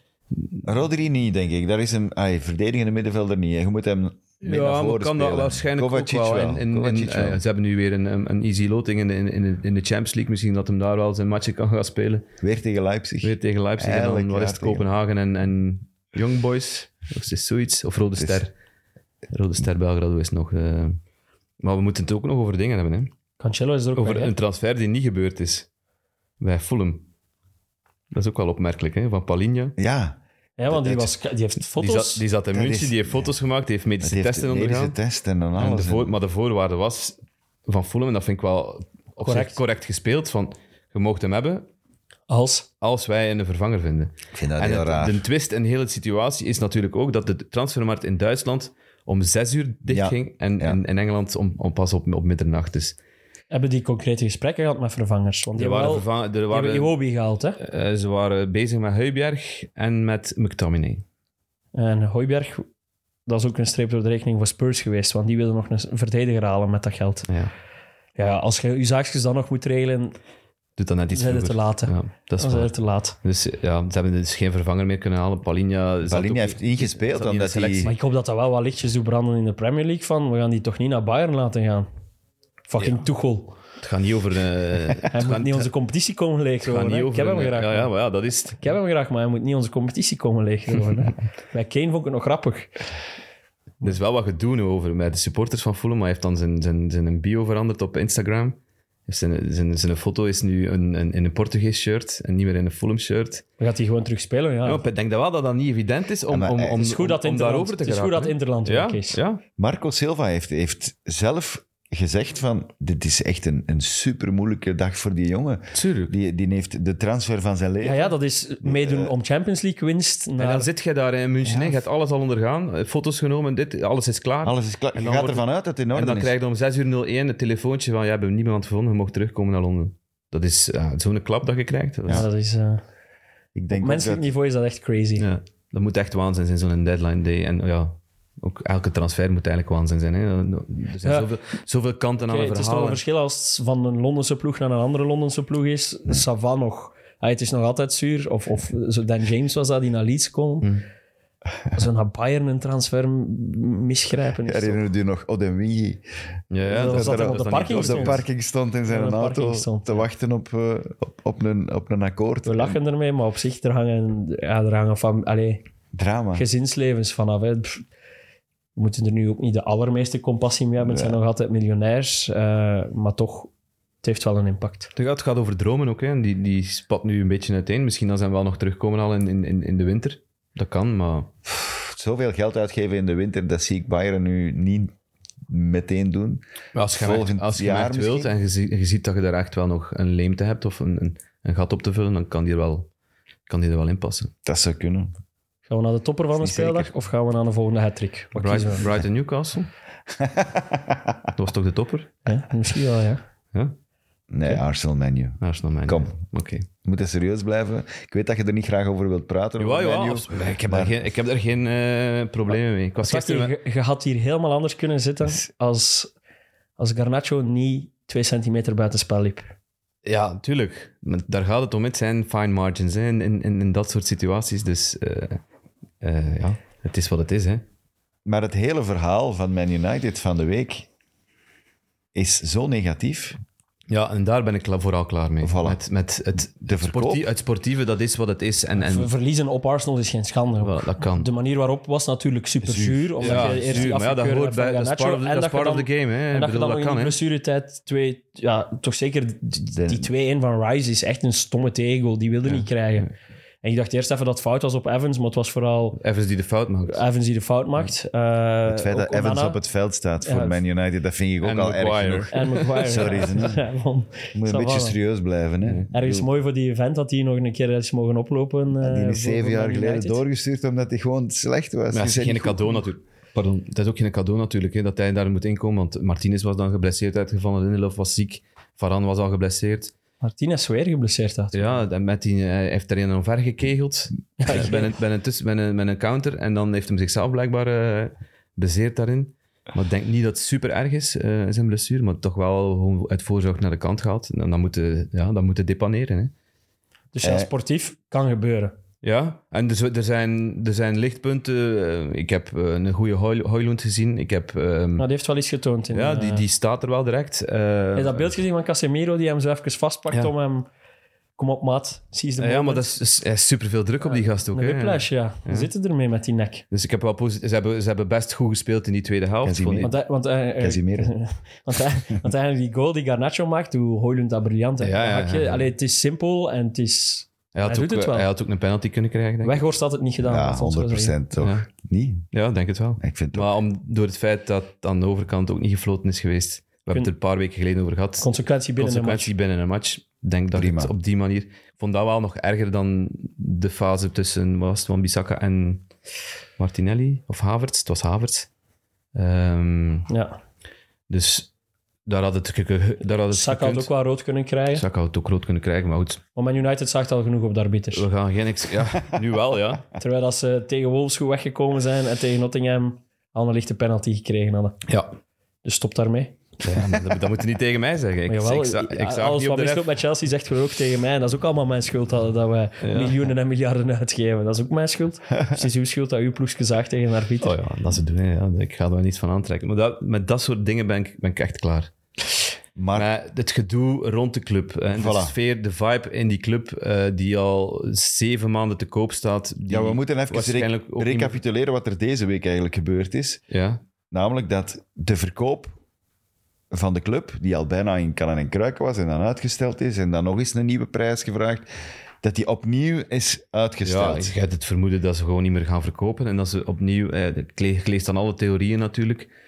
Rodri niet, denk ik. Daar is een ay, verdedigende middenvelder niet. hè. Je moet hem mee naar ja, maar voren kan dat spelen. waarschijnlijk Kovacic ook wel. wel. In, in, in, Kovacic eh, wel. ze hebben nu weer een, een, een easy loting in de, in, de, in de Champions League. Misschien dat hem daar wel zijn matchen kan gaan spelen. Weer tegen Leipzig. Weer tegen Leipzig en Eigenlijk dan wat is het, raar tegen- Kopenhagen en, en Young Boys. Of is het zoiets? Of Rode Het is- Ster. Rode Ster Belgrado is nog... eh, Maar we moeten het ook nog over dingen hebben. Hè? Cancelo is er ook Over weg, hè. een transfer die niet gebeurd is. Bij Fulham. Dat is ook wel opmerkelijk, hè? Van Palinha. Ja, Ja, want die, Het- was, die heeft Die foto's. zat, die zat in Dat München, is- die heeft foto's gemaakt, die heeft het medische heeft testen medische ondergaan. testen en En alles. de voor, maar de voorwaarde was van Fulham, en dat vind ik wel op Correct. zich correct gespeeld, van je mocht hem hebben Als. als wij een vervanger vinden. Ik vind dat En heel het- raar. de twist in de hele situatie is natuurlijk ook dat de transfermarkt in Duitsland om zes uur dicht Ja. ging en Ja. in, in Engeland om, om pas op, op middernacht. Dus Hebben die concrete gesprekken gehad met vervangers? Want die er hebben waren, wel... vervang- er Die hebben waren, Iwobi gehaald, hè. eh, ze waren bezig met Højbjerg en met McTominay. En Højbjerg, dat is ook een streep door de rekening voor Spurs geweest, want die wilden nog een verdediger halen met dat geld. Ja. Ja, als je je zaakjes dan nog moet regelen, Doet dat net iets zijn het te vroeger. laat. hè. Ja, dat is Dan zijn waar. het te laat. Dus ja, ze hebben dus geen vervanger meer kunnen halen. Palinha, zat Palinha ook- heeft niet gespeeld, zat niet in omdat de selectie. hij- Maar ik hoop dat dat wel wat lichtjes doet branden in de Premier League van, we gaan die toch niet naar Bayern laten gaan. Fucking Ja. Tuchel. Het gaat niet over... eh, het Hij moet gaat- niet onze competitie komen het gaat leegroven. niet hè. over Ik heb hem een- graag. Ja, ja, man. maar ja, dat is het. Ik heb hem graag, maar hij moet niet onze competitie komen leegroven. hè. Bij Kane vond ik het nog grappig. Er is wel wat gedoe over met de supporters van Fulham. Hij heeft dan zijn, zijn, zijn bio veranderd op Instagram. Zijn, zijn, zijn foto is nu een, een, in een Portugees shirt en niet meer in een Fulham shirt. Dan gaat hij gewoon terug spelen, ja. Ja, maar ik denk dat wel dat dat niet evident is om, Ja, maar om, het om, het is goed dat om, om Interland, daarover te het is goed geraken, dat hè. Interland ja, ook is. ja, Marco Silva heeft, heeft zelf gezegd van, dit is echt een, een super moeilijke dag voor die jongen. Tuurlijk. Die, die heeft de transfer van zijn leven. Ja, ja, dat is meedoen om Champions League winst. Naar... En dan zit je daar in München, Ja. hè. Je hebt alles al ondergaan, foto's genomen, dit, alles is klaar. Alles is klaar. En Je dan gaat wordt- ervan uit dat het in orde En dan is. krijg je om zes uur nul één het telefoontje van, ja, we hebben niemand gevonden, je mag terugkomen naar Londen. Dat is ja, zo'n klap dat je krijgt. Dat, is- Ja, dat is... Uh... Ik denk Op ook menselijk dat- niveau is dat echt crazy. ja, dat moet echt waanzin zijn, zo'n deadline day. En ja, ook elke transfer moet eigenlijk waanzin zijn. Hè. Er zijn Ja. zoveel, zoveel kanten aan Oké, een het is toch verhaal. een verschil als het van een Londense ploeg naar een andere Londense ploeg is. Savan nog. Ah, het is nog altijd zuur. Of, of zo Dan James was dat, die naar Leeds kon. Hmm. Zo naar Bayern een transfer m- misgrijpen. Is toch- Herinner je nog Odemwingie? Ja, ja, Dat was dat, dat dat, op de dat parking Op niet- de stond. parking stond in zijn Op de auto parking stond, te ja. wachten op, uh, op, op, een, op een akkoord. We lachen ermee, maar op zich er hangen, ja, er hangen van, allee, Drama. gezinslevens vanaf. Hè. Pff, we moeten er nu ook niet de allermeeste compassie mee hebben. Het Ja. zijn nog altijd miljonairs. uh, maar toch, het heeft wel een impact. Het gaat, het gaat over dromen ook. Hè. En Die, die spat nu een beetje uiteen. Misschien dat ze wel nog terugkomen al in, in, in de winter. Dat kan, maar... Zoveel geld uitgeven in de winter, dat zie ik Bayern nu niet meteen doen. Maar als je Volgend echt, als je jaar echt wilt misschien? en je, zie- je ziet dat je daar echt wel nog een leemte hebt of een, een, een gat op te vullen, dan kan die, er wel, kan die er wel in passen. Dat zou kunnen. Gaan we naar de topper van de Is niet speeldag zeker. of gaan we naar de volgende hat-trick? Wat kiezen Brighton, we? Brighton Newcastle. Dat was toch de topper? Ja, misschien wel, ja. Ja? Nee, Arsenal menu. Arsenal Man. Kom. Oké. We moeten serieus blijven. Ik weet dat je er niet graag over wilt praten. Ja, over ja, Man U, abs- ik heb maar- daar geen, ik heb daar geen eh, problemen mee. Ik was Wacht, gisteren... met- je, je had hier helemaal anders kunnen zitten als, als Garnacho niet twee centimeter buiten spel liep. Ja, tuurlijk. Maar daar gaat het om. Het zijn fine margins hè, in, in, in dat soort situaties. Dus eh, eh, ja, het is wat het is. Hè. Maar het hele verhaal van Man United van de week is zo negatief. Ja, en daar ben ik kla- vooral klaar mee. Voilà. Met, met het, De het, verkoop. sportie- het sportieve, dat is wat het is. En, en Ver- Verliezen op Arsenal is geen schande. voilà, dat kan. De manier waarop was natuurlijk super zuur. Omdat Ja, je eerst zuur, maar ja, dat hoort bij, dat is part of, the- dat is part of the game. Hè. En Ik dat je bedoel, dan nog dat in kan. die Hè. blessuretijd twee... Ja, toch zeker die, De- die twee-een van Rice is echt een stomme tegengoal. Die wilde niet krijgen. En ik dacht eerst even dat het fout was op Evans, maar het was vooral Evans die de fout maakt. Evans die de fout maakt. Uh, Het feit dat Evans op het veld staat voor Ja. Man United, dat vind ik ook En al erg Maguire. genoeg. En Maguire. Sorry, ze- Ja, man. Je moet Ça een beetje va. serieus blijven. Hè. Ergens mooi voor die event dat hij nog een keer is mogen oplopen. eh, Die voor- is zeven voor jaar Man geleden United. doorgestuurd omdat hij gewoon slecht was. Maar Die dat is zijn geen niet goed cadeau genoeg. natuurlijk. Pardon, dat is ook geen cadeau natuurlijk, hè, dat hij daar moet inkomen. Want Martinez was dan geblesseerd uitgevallen, Lindelof was ziek, Varane was al geblesseerd. Martinez weer geblesseerd had. Ja, en met die, hij heeft er een omver gekegeld Ja, eh, bij, een, bij, een tussen, bij, een, bij een counter. En dan heeft hem zichzelf blijkbaar eh, bezeerd daarin. Maar ik denk niet dat het super erg is, eh, zijn blessure, maar toch wel gewoon uit voorzorg naar de kant gaat. En dan moet je, ja, dan moet je depaneren. Hè. Dus ja, Eh. sportief kan gebeuren. Ja, en dus, er, zijn, er zijn lichtpunten. Eh, ik heb eh, een goede Højlund gezien. Ik heb, ehm, Maar die heeft wel iets getoond. In, ja, die, eh, die staat er wel direct. Eh, Heb je dat beeld gezien van Casemiro die hem zo even vastpakt Ja. om hem... Kom op, maat. Seize the ja, maar moment. dat is, is, is superveel druk op die gast ook. Een hè. whiplash, ja. Ja. Ze zitten ermee met die nek. Dus ik heb wel posi- ze, hebben, ze hebben best goed gespeeld in die tweede helft. Casemiro. vond ik. Want, hij- want, eh, eh, Casemiro. want, hij- want eigenlijk die goal die Garnacho maakt, hoe Højlund dat briljant heeft. Ja, ja, Dan hak je- ja. Allee, het is simpel en het is... Hij had, Hij ook, doet het wel. hij had ook een penalty kunnen krijgen, denk ik. Weghorst had het niet gedaan. Ja, laat ons zo honderd zeggen. procent toch? Ja. Niet? Ja, ik denk het wel. Ik vind het ook. Maar om, door het feit dat het aan de overkant ook niet gefloten is geweest. We hebben het er een paar weken geleden over gehad. Consequentie binnen de match. Consequentie binnen een match. Ik denk dat Prima. het op die manier... Ik vond dat wel nog erger dan de fase tussen wat was het, Wan-Bissaka en Martinelli. Of Havertz. Het was Havertz. Ehm, Ja. dus daar had het, ge- daar had het Saka had gekund. ook wel rood kunnen krijgen. Saka had het ook rood kunnen krijgen, maar goed. Maar Man United zag al genoeg op de arbiters. We gaan geen... Ex- ja, nu wel, ja. Terwijl dat ze tegen Wolves goed weggekomen zijn en tegen Nottingham al een lichte penalty gekregen hadden. Ja. Dus stop daarmee. Ja, maar dat, dat moet je niet tegen mij zeggen. Ik, Maar jawel, ik, za- ik ja, zag alles niet wat op de misloopt ref. met Chelsea zegt gewoon ook tegen mij. En dat is ook allemaal mijn schuld dat, dat wij Ja. miljoenen en miljarden uitgeven. Dat is ook mijn schuld. Dus het is uw schuld dat uw ploeg zaagt tegen een arbiter. Oh ja, dat ze doen. hè, Ja. Ik ga er wel niets van aantrekken. Maar dat, met dat soort dingen ben ik, ben ik echt klaar. Maar Maar het gedoe rond de club. En de Voilà. sfeer, de vibe in die club, eh, die al zeven maanden te koop staat. Die ja, we moeten even waarschijnlijk rec- ook niet recapituleren wat er deze week eigenlijk gebeurd is. meer- Ja, Namelijk dat de verkoop van de club, die al bijna in kannen en kruiken was en dan uitgesteld is, en dan nog eens een nieuwe prijs gevraagd, dat die opnieuw is ja, uitgesteld. je hebt het vermoeden dat ze gewoon niet meer gaan verkopen. En dat ze opnieuw... Eh, ik le- ik lees dan alle theorieën natuurlijk.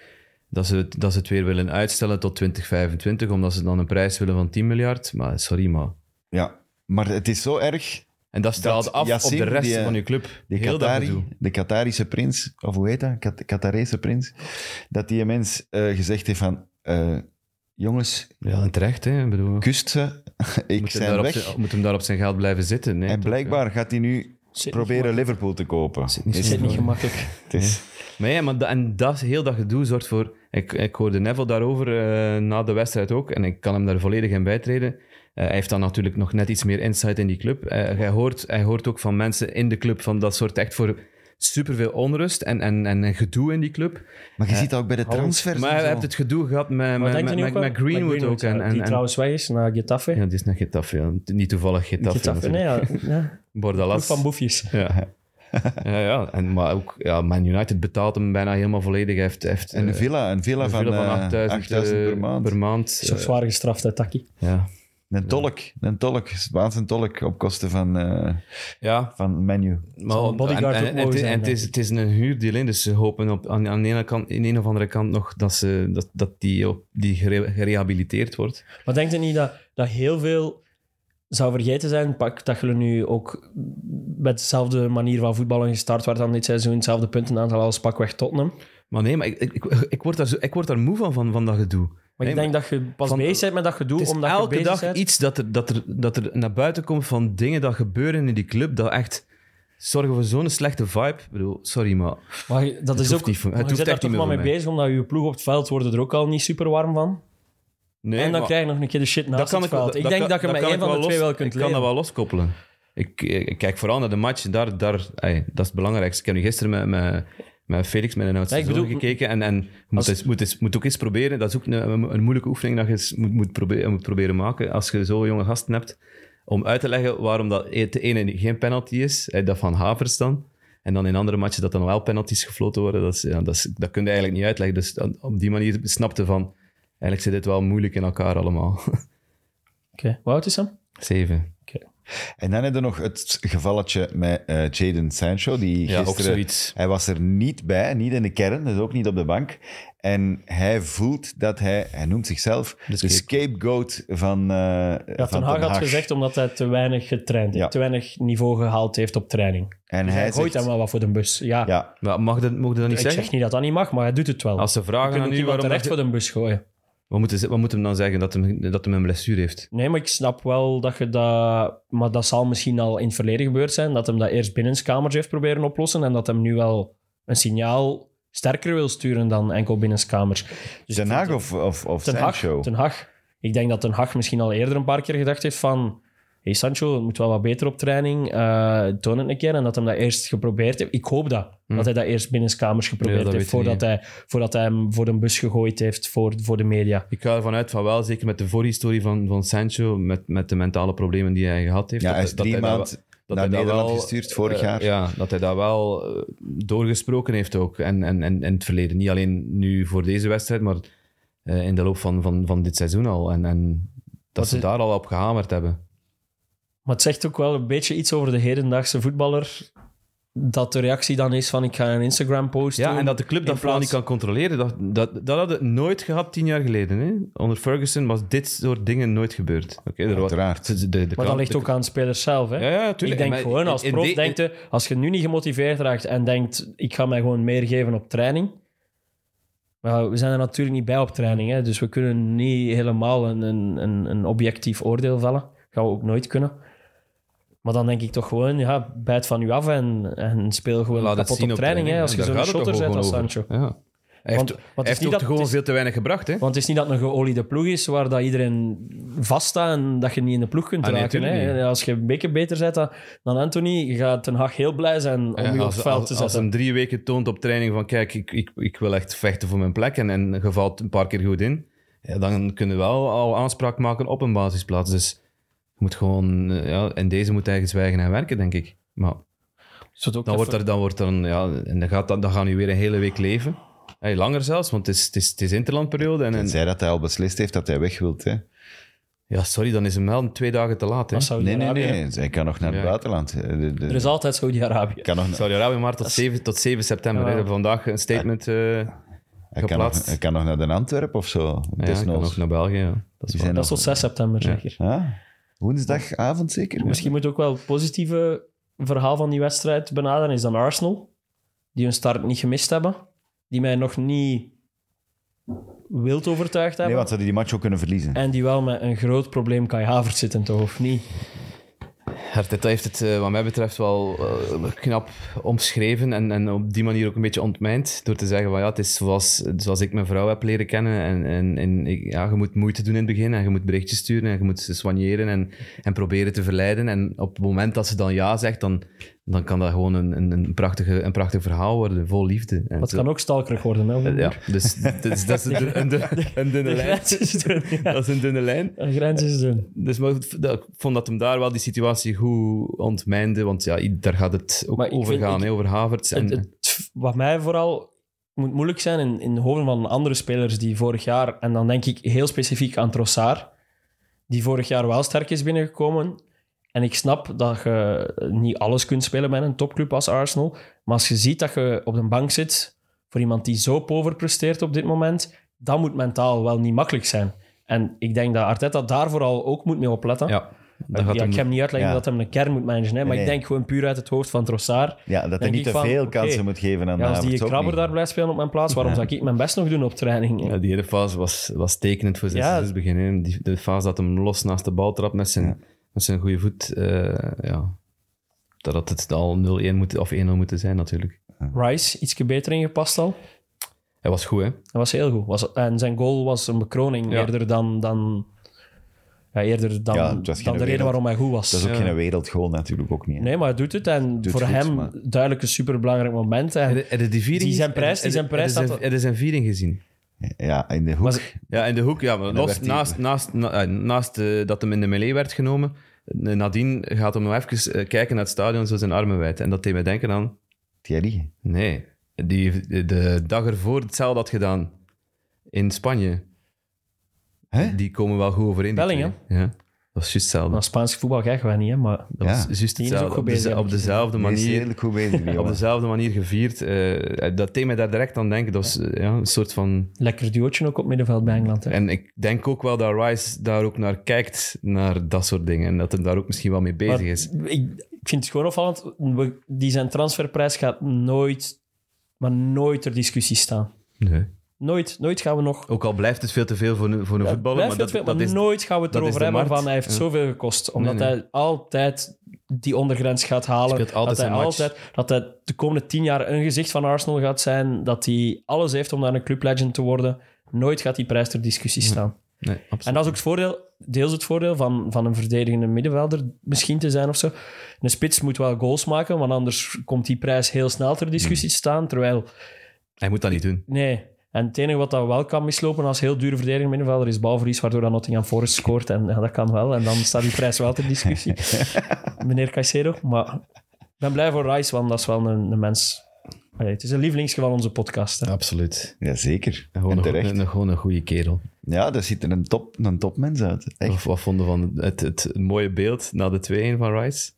dat ze, het, dat ze het weer willen uitstellen tot twintig vijfentwintig, omdat ze dan een prijs willen van tien miljard. Maar sorry, maar... Ja, maar het is zo erg... En dat straalt Dat af Yassin, op de rest die, van je club. Die Heel dat Qatari, gedoe. de Qatarische prins, of hoe heet dat? Kat- Qatarese prins. Dat die mens uh, gezegd heeft van... Uh, jongens, Ja, en terecht, hè. Ik bedoel, kust ze, ik moet, hem zijn daar op weg. zijn, moet hem daar op zijn geld blijven zitten. Nee, En toch, blijkbaar gaat hij nu Zit proberen niet Liverpool te kopen. Zit niet Het zo is niet mooi. gemakkelijk. Het is, Maar ja, maar da- en dat, heel dat gedoe zorgt voor... Ik, ik hoorde Neville daarover uh, na de wedstrijd ook, en ik kan hem daar volledig in bijtreden. Uh, hij heeft dan natuurlijk nog net iets meer insight in die club. Uh, hij, hoort, hij hoort ook van mensen in de club van dat soort echt voor superveel onrust en, en, en gedoe in die club. maar je ziet dat ook bij de transfers. Maar en hij zo. heeft het gedoe gehad met, Maar met, denkt met, u nu met, ook wel? met Greenwood ook. ja, En, en, die en- trouwens weg is naar Getafe. ja, die is naar Getafe, ja. Niet toevallig Getafe. Getafe, natuurlijk. nee, ja. ja. Bordalas. Ploeg van boefjes. Ja. ja, ja. En, maar ook ja, Man United betaalt hem bijna helemaal volledig. Hij heeft, heeft En een eh, villa, een villa een van, villa van eh, achtduizend, achtduizend per maand. Per maand. Is ook Eh, zwaar gestraft, hè, Taki. ja. Een tolk, een tolk, Spaans een tolk op kosten van, uh, ja, van menu. maar Zal een bodyguard en, ook en, mogen en, het is- zijn, en het, is, denk het is een huurdeal, hè, dus ze hopen op, aan, aan de ene kant, in een of andere kant nog dat, ze, dat, dat die, op, die gere- gerehabiliteerd wordt. Maar denkt u niet dat, dat heel veel zou vergeten zijn? Pak dat je nu ook met dezelfde manier van voetballen gestart werd aan dit seizoen, hetzelfde puntenaantal als pakweg Tottenham. Maar nee, maar ik, ik, ik, word, daar zo, ik word daar moe van, van, van dat gedoe. Maar ik Nee, denk dat je pas van- bezig bent met dat gedoe, Het is omdat je elke bezig dag bent. iets dat er, dat, er, dat er naar buiten komt van dingen dat gebeuren in die club, dat echt zorgen voor zo'n slechte vibe. Ik bedoel, sorry, maar... Maar je- dat is hoeft ook, niet voor- het maar je hoeft bent daar echt toch niet maar meer mee voor bezig, omdat je ploeg op het veld worden er ook al niet super warm van. Nee, en dan maar krijg je nog een keer de shit dat naast kan het ik, veld. Ik dat denk kan- dat je met kan één ik van de wel twee los- wel kunt Ik kan dat leven. wel loskoppelen. Ik, ik kijk vooral naar de match. Daar, daar, ey, dat is het belangrijkste. Ik heb nu gisteren met, met, met Felix, met een oudste Ja, ik zoon, bedoel- gekeken. En, en je moet, Als- eens, moet, eens, moet ook eens proberen. Dat is ook een, een, een moeilijke oefening dat je eens moet, moet, proberen, moet proberen maken. Als je zo jonge gasten hebt. Om uit te leggen waarom dat het ene geen penalty is. ey, Dat van Havers dan. En dan in andere matchen dat er nog wel penalties gefloten worden. Dat, is, ja, dat, is, dat kun je eigenlijk niet uitleggen. Dus dan- op die manier snapte van... Eigenlijk zit dit wel moeilijk in elkaar allemaal. Oké, hoe oud is hem? Zeven. En dan heb je nog het gevalletje met uh, Jadon Sancho, die Ja, ook gisteren... zoiets. Hij was er niet bij, niet in de kern, dus ook niet op de bank. En hij voelt dat hij... Hij noemt zichzelf de, scapegoat. scapegoat van, uh, Ja, van Ten Hag had gezegd omdat hij te weinig getraind heeft, Ja. te weinig niveau gehaald heeft op training. En Dus hij hij gooit zegt... hem wel wat voor de bus. Ja, Ja, Maar mag dat, mogen dat niet ik zeggen? zeg niet dat dat niet mag, maar hij doet het wel. Als ze Je vragen kunt aan ook u iemand waarom... terecht dat- voor de bus gooien. Wat moeten, ze- wat moet hem dan zeggen? Dat hem, dat hem een blessure heeft? Nee, maar ik snap wel dat je dat... Maar dat zal misschien al in het verleden gebeurd zijn, dat hem dat eerst binnenskamers heeft proberen oplossen en dat hem nu wel een signaal sterker wil sturen dan enkel binnenskamers. Dus Ten ik Hag vind- of, of, of Ten Hag, Sancho? Ten Hag. Ik denk dat Ten Hag misschien al eerder een paar keer gedacht heeft van... Hey Sancho, het moet wel wat beter op training. Uh, toon het een keer. En dat hij dat eerst geprobeerd heeft. Ik hoop dat. Hm. Dat hij dat eerst binnenskamers geprobeerd Ja, dat heeft. weten we Voordat hij, voordat hij hem voor de bus gegooid heeft voor, voor de media. Ik ga ervan uit van wel, zeker met de voorhistorie van, van Sancho, met, met de mentale problemen die hij gehad heeft. Ja, dat hij is dat drie dat maanden dat naar hij dat Nederland wel, gestuurd vorig eh, jaar. Ja, dat hij dat wel eh, doorgesproken heeft ook. En, en, en in het verleden. Niet alleen nu voor deze wedstrijd, maar eh, in de loop van, van, van dit seizoen al. En, en dat Wat ze is- daar al op gehamerd hebben. Maar het zegt ook wel een beetje iets over de hedendaagse voetballer. Dat de reactie dan is van ik ga een Instagram-post Ja, doen. en dat de club in dat vooral niet plaats- kan controleren, dat, dat, dat had het nooit gehad tien jaar geleden. Hè? Onder Ferguson was dit soort dingen nooit gebeurd. Oké, er was- Uiteraard. de- de- de Maar dat kant- ligt de- ook aan de spelers zelf. Hè? Ja, ja, tuurlijk. Ik denk Maar gewoon als in- in prof, de- denkt je, als je nu niet gemotiveerd raakt en denkt, ik ga mij gewoon meer geven op training. Maar we zijn er natuurlijk niet bij op training, hè? Dus we kunnen niet helemaal een, een, een, een objectief oordeel vellen. Gaan we ook nooit kunnen. Maar dan denk ik toch gewoon, ja, bijt van u af en, en speel gewoon Laat het kapot zien op training. Hè? Als En je daar zo'n gaat het shotter toch bent als gewoon over. Sancho. Ja. Hij Want- heeft, want het hij is heeft niet ook dat- gewoon het is- veel te weinig gebracht. Hè? Want het is niet dat het een geoliede ploeg is waar dat iedereen vaststaat en dat je niet in de ploeg kunt Ah, nee, raken. tuurlijk Hè? niet. Als je een beetje beter bent dan, dan Anthony, gaat Ten Hag heel blij zijn om Ja, je op als, het veld als, te als zetten. hem drie weken toont op training van kijk, ik, ik, ik wil echt vechten voor mijn plek en, en je valt een paar keer goed in, ja, dan kunnen we wel al aanspraak maken op een basisplaats. Dus je moet gewoon, eh, ja, en deze moet hij zwijgen en werken, denk ik. Maar Is het ook dan wordt even- er, dan wordt er een, ja, en dan, gaat, dat- dan gaan we weer een hele week leven. Hey, langer zelfs, want het is, het is, het is interlandperiode. En, en, Tenzij dat hij al beslist heeft dat hij weg wilt. Hè. ja, sorry, dan is hem wel twee dagen te laat. Hè. Dat zou Nee, nee, Saudi-Arabië. nee. Hij kan nog naar het Ja. buitenland. De, de, Er is altijd Saudi-Arabië. kan nog, Saudi-Arabië maar tot zeven, tot zeven september. Ja. Hè. We hebben vandaag een statement eh, Hij kan, nog, geplaatst. hij kan nog naar de Antwerpen of zo. Ja, hij kan Desnoods. ook naar België, ja. Dat is Die waar. zijn Dat is nog- tot zes september, Ja. zeker. Ah, woensdagavond zeker? Misschien moet ook wel het positieve verhaal van die wedstrijd benaderen, is dan Arsenal, die hun start niet gemist hebben, die mij nog niet wild overtuigd Nee, hebben, want ze hadden die match ook kunnen verliezen. en die wel met een groot probleem Kai Havertz zitten, toch, of niet? Arteta heeft het eh, wat mij betreft wel eh, knap omschreven en, en op die manier ook een beetje ontmijnd door te zeggen van ja, het is zoals, zoals ik mijn vrouw heb leren kennen en, en, en ik- ja, je moet moeite doen in het begin en je moet berichtjes sturen en je moet ze soigneren en, en proberen te verleiden en op het moment dat ze dan ja zegt, dan, dan kan dat gewoon een, een, een, prachtige, een prachtig verhaal worden, vol liefde. En Dat zo- kan ook stalkerig worden, hè? Eh, Ja, dus, dus dat is een, een, een, een dunne De lijn. grens is dun, ja. Dat is een dunne lijn. De grens is dun. Dus maar ik ik vond dat hem daar wel die situatie goed ontmijnde, want ja, i- daar gaat het ook Maar ik over vind- gaan, ik- hè, over Havertz. En, Het, het- wat mij vooral moet moeilijk zijn in, in de hoofden van andere spelers die vorig jaar, en dan denk ik heel specifiek aan Trossard, die vorig jaar wel sterk is binnengekomen. En ik snap dat je niet alles kunt spelen bij een topclub als Arsenal. Maar als je ziet dat je op de bank zit voor iemand die zo pover presteert op dit moment, dat moet mentaal wel niet makkelijk zijn. En ik denk dat Arteta daar vooral ook moet mee opletten. ja, dan gaat Ja, hem, ik ga hem niet uitleggen Ja. dat hij een kern moet managen, hè, maar Nee. ik denk gewoon puur uit het hoofd van Trossard. Ja, dat hij denk niet ik te van, veel oké, kansen moet geven aan Ja, als Havertz die ook krabber niet. daar blijft spelen op mijn plaats, waarom zou ik mijn best nog doen op training? ja, die hele fase was, was tekenend voor zijn Ja. seizoensbegin. Hè. Die, de fase dat hem los naast de bal trapt met zijn, Ja. met zijn goede voet. eh, ja. Dat had het al nul-een moet, of één-nul moeten zijn, natuurlijk. Rice, ietsje beter ingepast al. Hij was goed, hè? Dat was heel goed. Was, en zijn goal was een bekroning Ja. eerder dan, dan, ja, eerder dan, Ja, het was geen dan de reden wereld- waarom hij goed was. Dat is ook Ja. geen wereldgoal natuurlijk ook niet. hè. Nee, maar hij doet het. En Doet voor goed, hem maar- duidelijk een superbelangrijk moment. En Heb je- heb je die viering Die zijn gezien? prijs- die zijn Heb je- prijs heb je staat- zijn- heb je zijn viering gezien? Ja, in de hoek. Was- Ja, in de hoek, ja. Maar dan los, werd hij- naast, naast, na- eh, naast eh, dat hem in de melee werd genomen, eh, nadien gaat hem nog even eh, kijken naar het stadion, zo zijn armen wijd. En dat deed mij denken aan... Thierry. Nee, die de dag ervoor hetzelfde had gedaan in Spanje. Hè? Die komen wel goed overeen. die Bellingham? twee. Ja, dat was juist hetzelfde. nou, Spaanse voetbal krijgen wij niet, hè, maar Dat Ja. was juist Die is ook hetzelfde. goed Op, bezig, deze- heb op ik gezien. dezelfde Die is manier... redelijk goed bezig, die Op jongen. dezelfde manier gevierd. Eh, dat deed mij daar direct aan denken. Dat was eh, ja, een soort van... lekker duootje ook op middenveld bij Engeland. Hè. En ik denk ook wel dat Rice daar ook naar kijkt, naar dat soort dingen. En dat hij daar ook misschien wel mee bezig Maar is. Ik, ik vind het gewoon opvallend. We- Die zijn transferprijs gaat nooit, maar nooit ter discussie staan. Nee. Nooit, nooit gaan we nog... Ook al blijft het veel te veel voor een, voor een Ja, voetballer. blijft Maar veel, dat, maar dat is, nooit gaan we het dat is erover de hebben markt. van hij heeft Ja. zoveel gekost. Omdat Nee, nee. hij altijd die ondergrens gaat halen. Speelt altijd dat, hij zijn match. altijd, dat hij de komende tien jaar een gezicht van Arsenal gaat zijn. Dat hij alles heeft om daar een clublegend te worden. Nooit gaat die prijs ter discussie staan. nee, absoluut. En dat is ook het voordeel, deels het voordeel van, van een verdedigende middenvelder misschien te zijn of zo. Een spits moet wel goals maken, want anders komt die prijs heel snel ter discussie te staan. Terwijl, Hij moet dat niet doen. nee. En het enige wat dat wel kan mislopen als heel dure verdedigende middenvelder is balverlies, waardoor dan Nottingham Forest scoort. En ja, dat kan wel. En dan staat die prijs wel ter discussie. Meneer Caicedo. Maar ik ben blij voor Rice, want dat is wel een, een mens... Allee, het is een lievelingsje van onze podcast. Hè. Absoluut. Jazeker. Gewoon En een, terecht. een, gewoon een goede kerel. Ja, daar ziet er een, top, een topmens uit. Echt. Of wat vonden van het, het, het mooie beeld na de twee-een van Rice?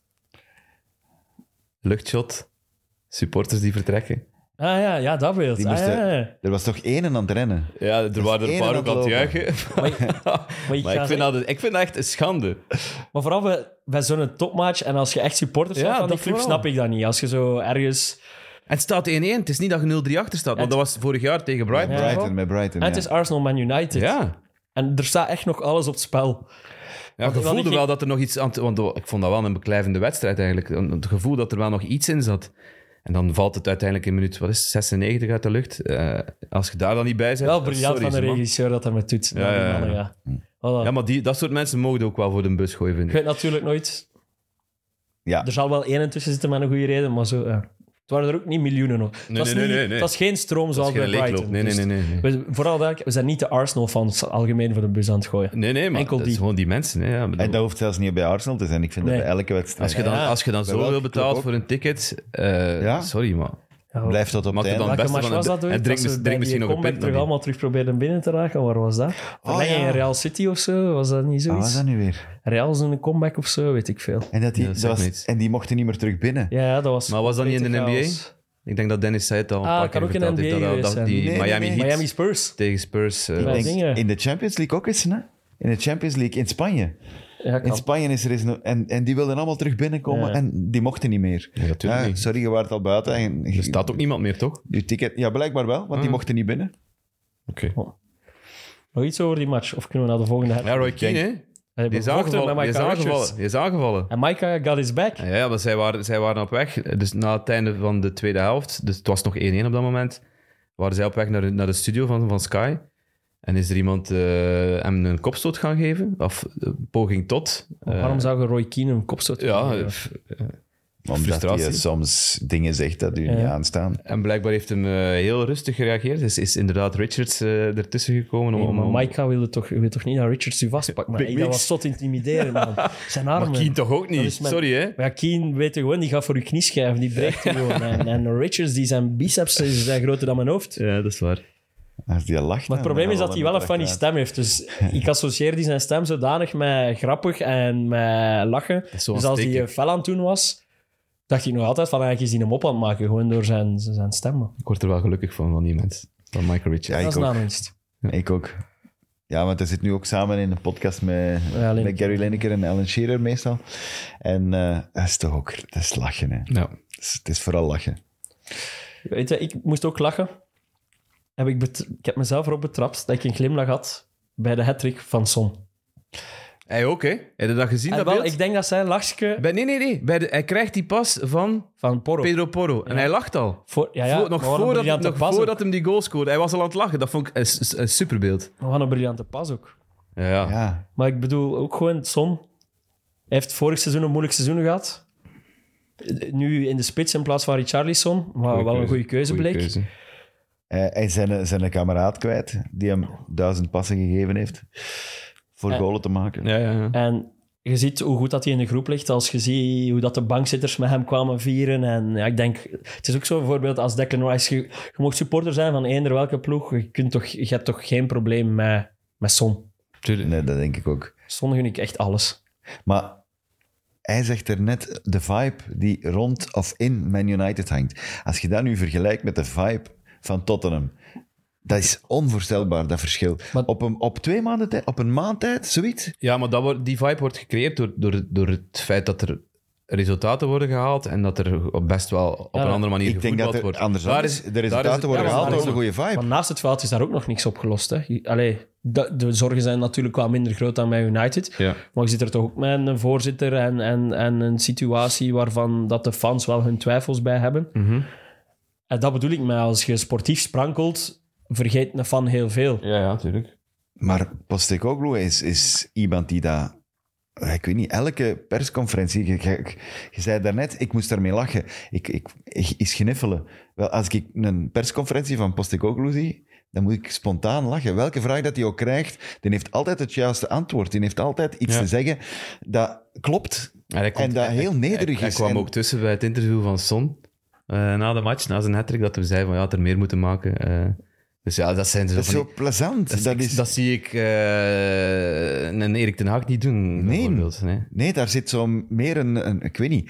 Luchtshot. Supporters die vertrekken. Ah ja, ja, dat beeld. Die Ah, moesten- ja, ja. Er was toch één aan het rennen? Ja, er waren er een één paar aan ook het aan het lopen. juichen. Maar, maar, ik Maar ga ik vind, dat, ik vind dat echt een schande. Maar vooral bij, bij zo'n topmatch en als je echt supporters Ja, bent van die dat club, vooral. snap ik dat niet. Als je zo ergens... En het staat één-één. Het is niet dat je nul drie achter staat. Want dat was vorig jaar tegen Brighton. Ja. Brighton, met Brighton. En het ja. is Arsenal Man United. Ja. En er staat echt nog alles op het spel. Ja, Want- je want voelde ik- wel dat er nog iets aan... te- Want ik vond dat wel een beklijvende wedstrijd eigenlijk. Het gevoel dat er wel nog iets in zat. En dan valt het uiteindelijk in minuut, wat is het, zesennegentig uit de lucht. Eh, als je daar dan niet bij bent... Wel eh, briljant sorry, van de man. regisseur dat hij met doet. Ja, naar die ja, ja. mannen, ja. Voilà. Ja, maar die, dat soort mensen mogen ook wel voor de bus gooien, vind Je ik. weet natuurlijk nooit... Ja. Er zal wel één tussen zitten met een goede reden, maar zo... Ja. Het waren er ook niet miljoenen nog. Het Nee, was nee, nee, niet- nee, nee. Het was geen stroom Dat zoals is geen bij leegloop. Brighton. Nee, nee, Dus nee. nee, nee. We, vooral daar, we zijn niet de Arsenal-fans algemeen voor de bus aan het gooien. Nee, nee, maar Enkel dat is die. gewoon die mensen. Hè, ja, bedoel, En dat hoeft zelfs niet bij Arsenal te zijn. Ik vind Nee. dat bij elke wedstrijd. als je dan, Ja. als je dan Bij welke zoveel club betaalt ook. voor een ticket... eh, Ja. Sorry, man. Ja, Blijf tot op Maak het er dan einde. Welke beste match van was een- dat ooit? en drink Dat ze mis- bij drink die misschien nog een comeback pint terug nadien. allemaal terug probeerden binnen te raken. Waar was dat? Verlenging ja. in Real City of zo? Was dat niet Ah, wat zoiets? is dat nu weer? Real is een comeback of zo, weet ik veel. En, dat die, Ja, dat dat zegt was, me iets. en die mochten niet meer terug binnen. Ja, ja, dat was... Maar was dat niet in de complete N B A? chaos. Ik denk dat Dennis zei het al een Ah, paar kan keer ook in verteld de heeft. N B A Dat, dat, geweest die zijn. Nee, Miami nee, Heat Miami Spurs. tegen Spurs... eh, Ja. Ik denk dingen. in de Champions League ook eens, hè? In de Champions League in Spanje. Ja, In kan. Spanje is er eens een, en, en die wilden allemaal terug binnenkomen Ja. en die mochten niet meer. Ja, natuurlijk niet. Sorry, je waart al buiten. En, Er staat ook niemand meer, toch? je ticket, ja, blijkbaar wel, want die Ah. mochten niet binnen. Oké. Nog iets over die match? Of kunnen we naar de volgende? Ja, Roy Keane, hè? Hij Die is heeft gevochten aangevallen. met Die is Micah Richards. aangevallen. Die is aangevallen. En Micah got his back. Ja, maar zij waren, zij waren op weg. Dus na het einde van de tweede helft, dus het was nog één-één op dat moment, waren zij op weg naar de, naar de studio van, van Sky. En is er iemand uh, hem een kopstoot gaan geven? Of uh, poging tot? Uh, Waarom zou je Roy Keane een kopstoot Ja, geven? f- Omdat Frustratie. hij soms dingen zegt dat u Ja. niet aanstaan. en blijkbaar heeft hem uh, heel rustig gereageerd. Dus is inderdaad Richards uh, ertussen gekomen. Om, Nee, om, maar om- Micah wilde toch, wilde toch niet dat Richards u vastpakt? Maar Big hey, dat Mix. was tot intimiderend, man. Zijn armen. Maar Keane toch ook Dat niet? is mijn- Sorry, hè? Maar ja, Keane weet je gewoon, die gaat voor je knie schijven. Die breekt je gewoon. En, en Richards, die zijn biceps zijn groter dan mijn hoofd. Ja, dat is waar. Als die lacht... Maar het probleem is dat hij wel een funny stem heeft. Dus ik associeer die zijn stem zodanig met grappig en met lachen. is zo Dus als hij aanstekelijk. fel aan het doen was, dacht ik nog altijd van eigenlijk is hij hem op aan het maken. Gewoon door zijn, zijn stem. Man. Ik word er wel gelukkig van, van die mensen. Van Michael Richards. Ja, ik Dat is ook. een aanwinst. Ik ook. Ja, want hij zit nu ook samen in een podcast met, Ja, Lineker. met Gary Lineker en Alan Shearer meestal. En eh, dat is toch ook... Dat is lachen, hè. Ja. Het is, het is vooral lachen. Weet je, ik moest ook lachen. Heb ik, bet- ik heb mezelf erop betrapt dat ik een glimlach had bij de hat-trick van Son. Hij ook, hè? Heb je dat gezien, En dat wel, beeld? ik denk dat zijn lachje Bij, nee, nee, nee. Bij de, hij krijgt die pas van van Porro. Pedro Porro. En Ja. hij lacht al. Voor, ja, ja, Voor- nog maar wat een voordat, briljante nog pas ook. voordat hem die goal scoorde. Hij was al aan het lachen. Dat vond ik een, een, een superbeeld. Wat een briljante pas ook. Ja, ja. Ja. Maar ik bedoel ook gewoon, Son hij heeft vorig seizoen een moeilijk seizoen gehad. Nu in de spits in plaats van Richarlison, maar Goeie wel een keuze. goede keuze Goeie bleek. keuze. Hij hij is zijn, zijn kameraad kwijt, die hem duizend passen gegeven heeft voor Ja. goalen te maken. Ja, ja, ja. En je ziet hoe goed dat hij in de groep ligt, als je ziet hoe dat de bankzitters met hem kwamen vieren. En ja, ik denk, het is ook zo bijvoorbeeld als Declan Rice, je, je mag supporter zijn van eender welke ploeg, je, kunt toch, je hebt toch geen probleem met, met Son. Tuurlijk. Nee, dat denk ik ook. Son gun ik echt alles. Maar hij zegt er net de vibe die rond of in Man United hangt. Als je dat nu vergelijkt met de vibe van Tottenham, dat is onvoorstelbaar, dat verschil. Maar- Op, een, op twee maanden tijd, op een maand tijd, zoiets. Ja, maar dat wordt, die vibe wordt gecreëerd door, door, door het feit dat er resultaten worden gehaald en dat er op best wel op Ja, een andere manier Ik denk dat gevoetbald er wordt. andersom Daar is. is- De daar is resultaten het- worden ja, maar gehaald door daar de is- goede vibe. Maar naast het veld is daar ook nog niks opgelost. Hè. Je- Allee, de, de zorgen zijn natuurlijk wel minder groot dan bij United. Ja. Maar je zit er toch ook met een voorzitter en, en, en een situatie waarvan dat de fans wel hun twijfels bij hebben. Mhm. En dat bedoel ik met als je sportief sprankelt, vergeet een fan heel veel. Ja, ja, tuurlijk. Maar Postecoglou is, is iemand die dat... Ik weet niet, elke persconferentie... Je, je, je zei daarnet, ik moest daarmee lachen. Ik, ik, ik is gniffelen. Wel, als ik een persconferentie van Postecoglou zie, dan moet ik spontaan lachen. Welke vraag dat hij ook krijgt, die heeft altijd het juiste antwoord. Die heeft altijd iets Ja. te zeggen dat klopt. En, hij komt- En dat hij- heel nederig hij, hij is. kwam En- ook tussen bij het interview van Son eh, na de match, na zijn hattrick, dat hij zei van ja, het er meer moeten maken. eh. dus ja, dat zijn zo Dat is van zo die- plezant. dat, Dat ik- is, dat zie ik eh, een Erik ten Hag niet doen, Nee. bijvoorbeeld. Nee. nee, daar zit zo meer een... een ik weet niet...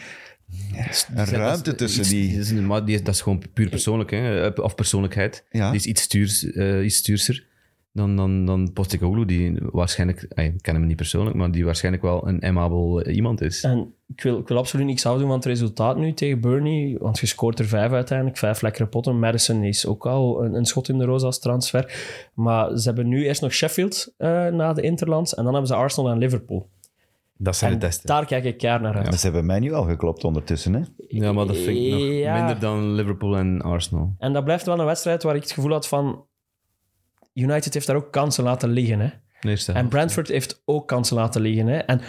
Een ruimte Dat is- tussen iets- die... Dat is, maar die, dat is gewoon puur persoonlijk, hè? Of persoonlijkheid. Ja. Die is iets, stuurs, eh, iets stuurser dan, dan, dan Postecoglou, die waarschijnlijk, eh, ik ken hem niet persoonlijk, maar die waarschijnlijk wel een amabel iemand is. En ik wil, ik wil absoluut niks afdoen van het resultaat nu tegen Burnley, want je scoort er vijf uiteindelijk, vijf lekkere potten. Madison is ook al een, een schot in de roos als transfer. Maar ze hebben nu eerst nog Sheffield uh, na de Interlands en dan hebben ze Arsenal en Liverpool. Dat zijn En de testen. daar kijk ik keihard naar uit. Maar ze hebben mij nu al geklopt ondertussen, hè? Ja, maar dat vind ik nog Ja. minder dan Liverpool en Arsenal. En dat blijft wel een wedstrijd waar ik het gevoel had van... United heeft daar ook kansen laten liggen, hè. De eerste En helft. Brentford heeft ook kansen laten liggen. Hè? En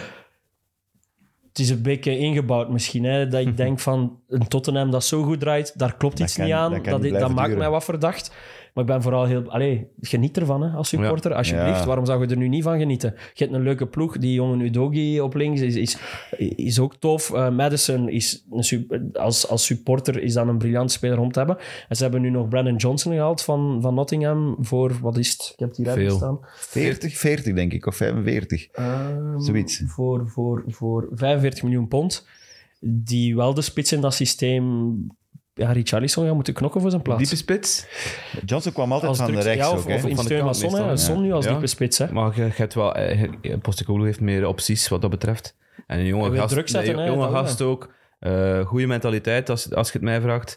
het is een beetje ingebouwd misschien. Hè? Dat ik denk van een Tottenham dat zo goed draait, daar klopt Dat iets kan- niet aan. dat Dat, kan niet dat blijven maakt duren. mij wat verdacht. Maar ik ben vooral heel... Allee, geniet ervan hè, als supporter, alsjeblieft. Ja. Waarom zou je er nu niet van genieten? Je hebt een leuke ploeg. Die jonge Udogi op links is, is, is ook tof. Uh, Madison is een, su- als, als supporter is dan een briljant speler om te hebben. En ze hebben nu nog Brandon Johnson gehaald van, van Nottingham voor, wat is het? Ik heb het hier Veel. uitgestaan. veertig, veertig denk ik, of vijfenveertig. Ehm, Zoiets. Voor, voor, voor vijfenveertig miljoen pond. Die wel de spits in dat systeem ja, Richarlison gaat moeten knokken voor zijn plaats. Diepe spits. Johnson kwam altijd Als van druk- rechts ja, ook. of, Hè. of in Van de steun van kant Son. meestal, hè. ja. Son nu als Ja. diepe spits. Hè. Maar je, je hebt wel... eh, Postecoglou heeft meer opties wat dat betreft. En een jonge Hij wil gast, druk zetten, een hè, jonge dat gast ook. Uh, goede mentaliteit, als, als je het mij vraagt.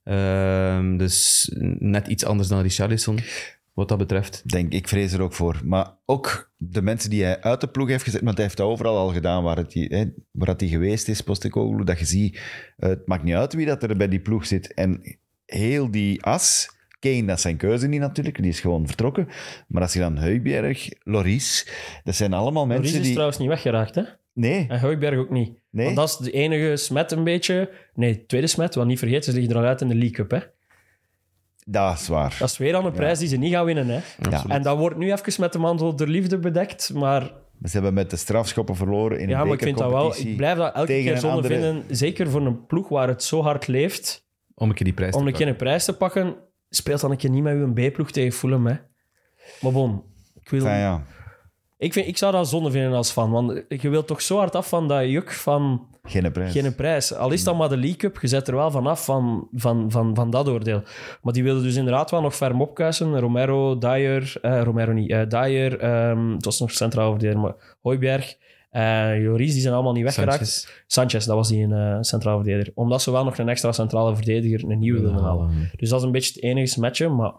Uh, dus net iets anders dan Richarlison, wat dat betreft. Denk, ik vrees er ook voor. Maar ook de mensen die hij uit de ploeg heeft gezet, want hij heeft dat overal al gedaan, waar het, hè, waar het hij geweest is, Postecoglou, dat je ziet, uh, het maakt niet uit wie dat er bij die ploeg zit. En heel die as... Kane, dat is zijn keuze niet natuurlijk, die is gewoon vertrokken. Maar als je dan Højbjerg, Lloris, dat zijn allemaal mensen Lloris is die... trouwens niet weggeraakt, hè? Nee, En Højbjerg ook niet. Nee? Want dat is de enige smet een beetje... Nee, tweede smet, want niet vergeten, ze liggen er al uit in de League Cup, hè? dat is waar. Dat is weer aan een prijs die ze niet gaan winnen, hè? Ja. En dat wordt nu even met de mantel der liefde bedekt, maar... Ze hebben met de strafschoppen verloren in Ja, een maar ik vind dat wel... bekercompetitie. Ik blijf dat elke tegen keer een zonde andere- vinden. Zeker voor een ploeg waar het zo hard leeft, Om een keer die prijs om te een keer een prijs te pakken, speelt dan een keer niet met uw B-ploeg tegen Fulham, hè? Maar bon, ik wil... Enfin, ja, Ik, vind, ik zou dat zonde vinden als fan, want je wilt toch zo hard af van dat juk van geen prijs. geen prijs. Al is dat maar de League Cup, je zet er wel vanaf van, van, van, van dat oordeel. Maar die wilden dus inderdaad wel nog ferm opkuisen. Romero, Dyer, eh, Romero niet, eh, Dyer, ehm, het was nog centraal verdediger, maar Højbjerg, eh Lloris, die zijn allemaal niet weggeraakt. Sanchez. Sanchez, dat was die een uh, centraal verdediger. Omdat ze wel nog een extra centrale verdediger, een nieuwe wilden halen. Dus dat is een beetje het enige matchen, maar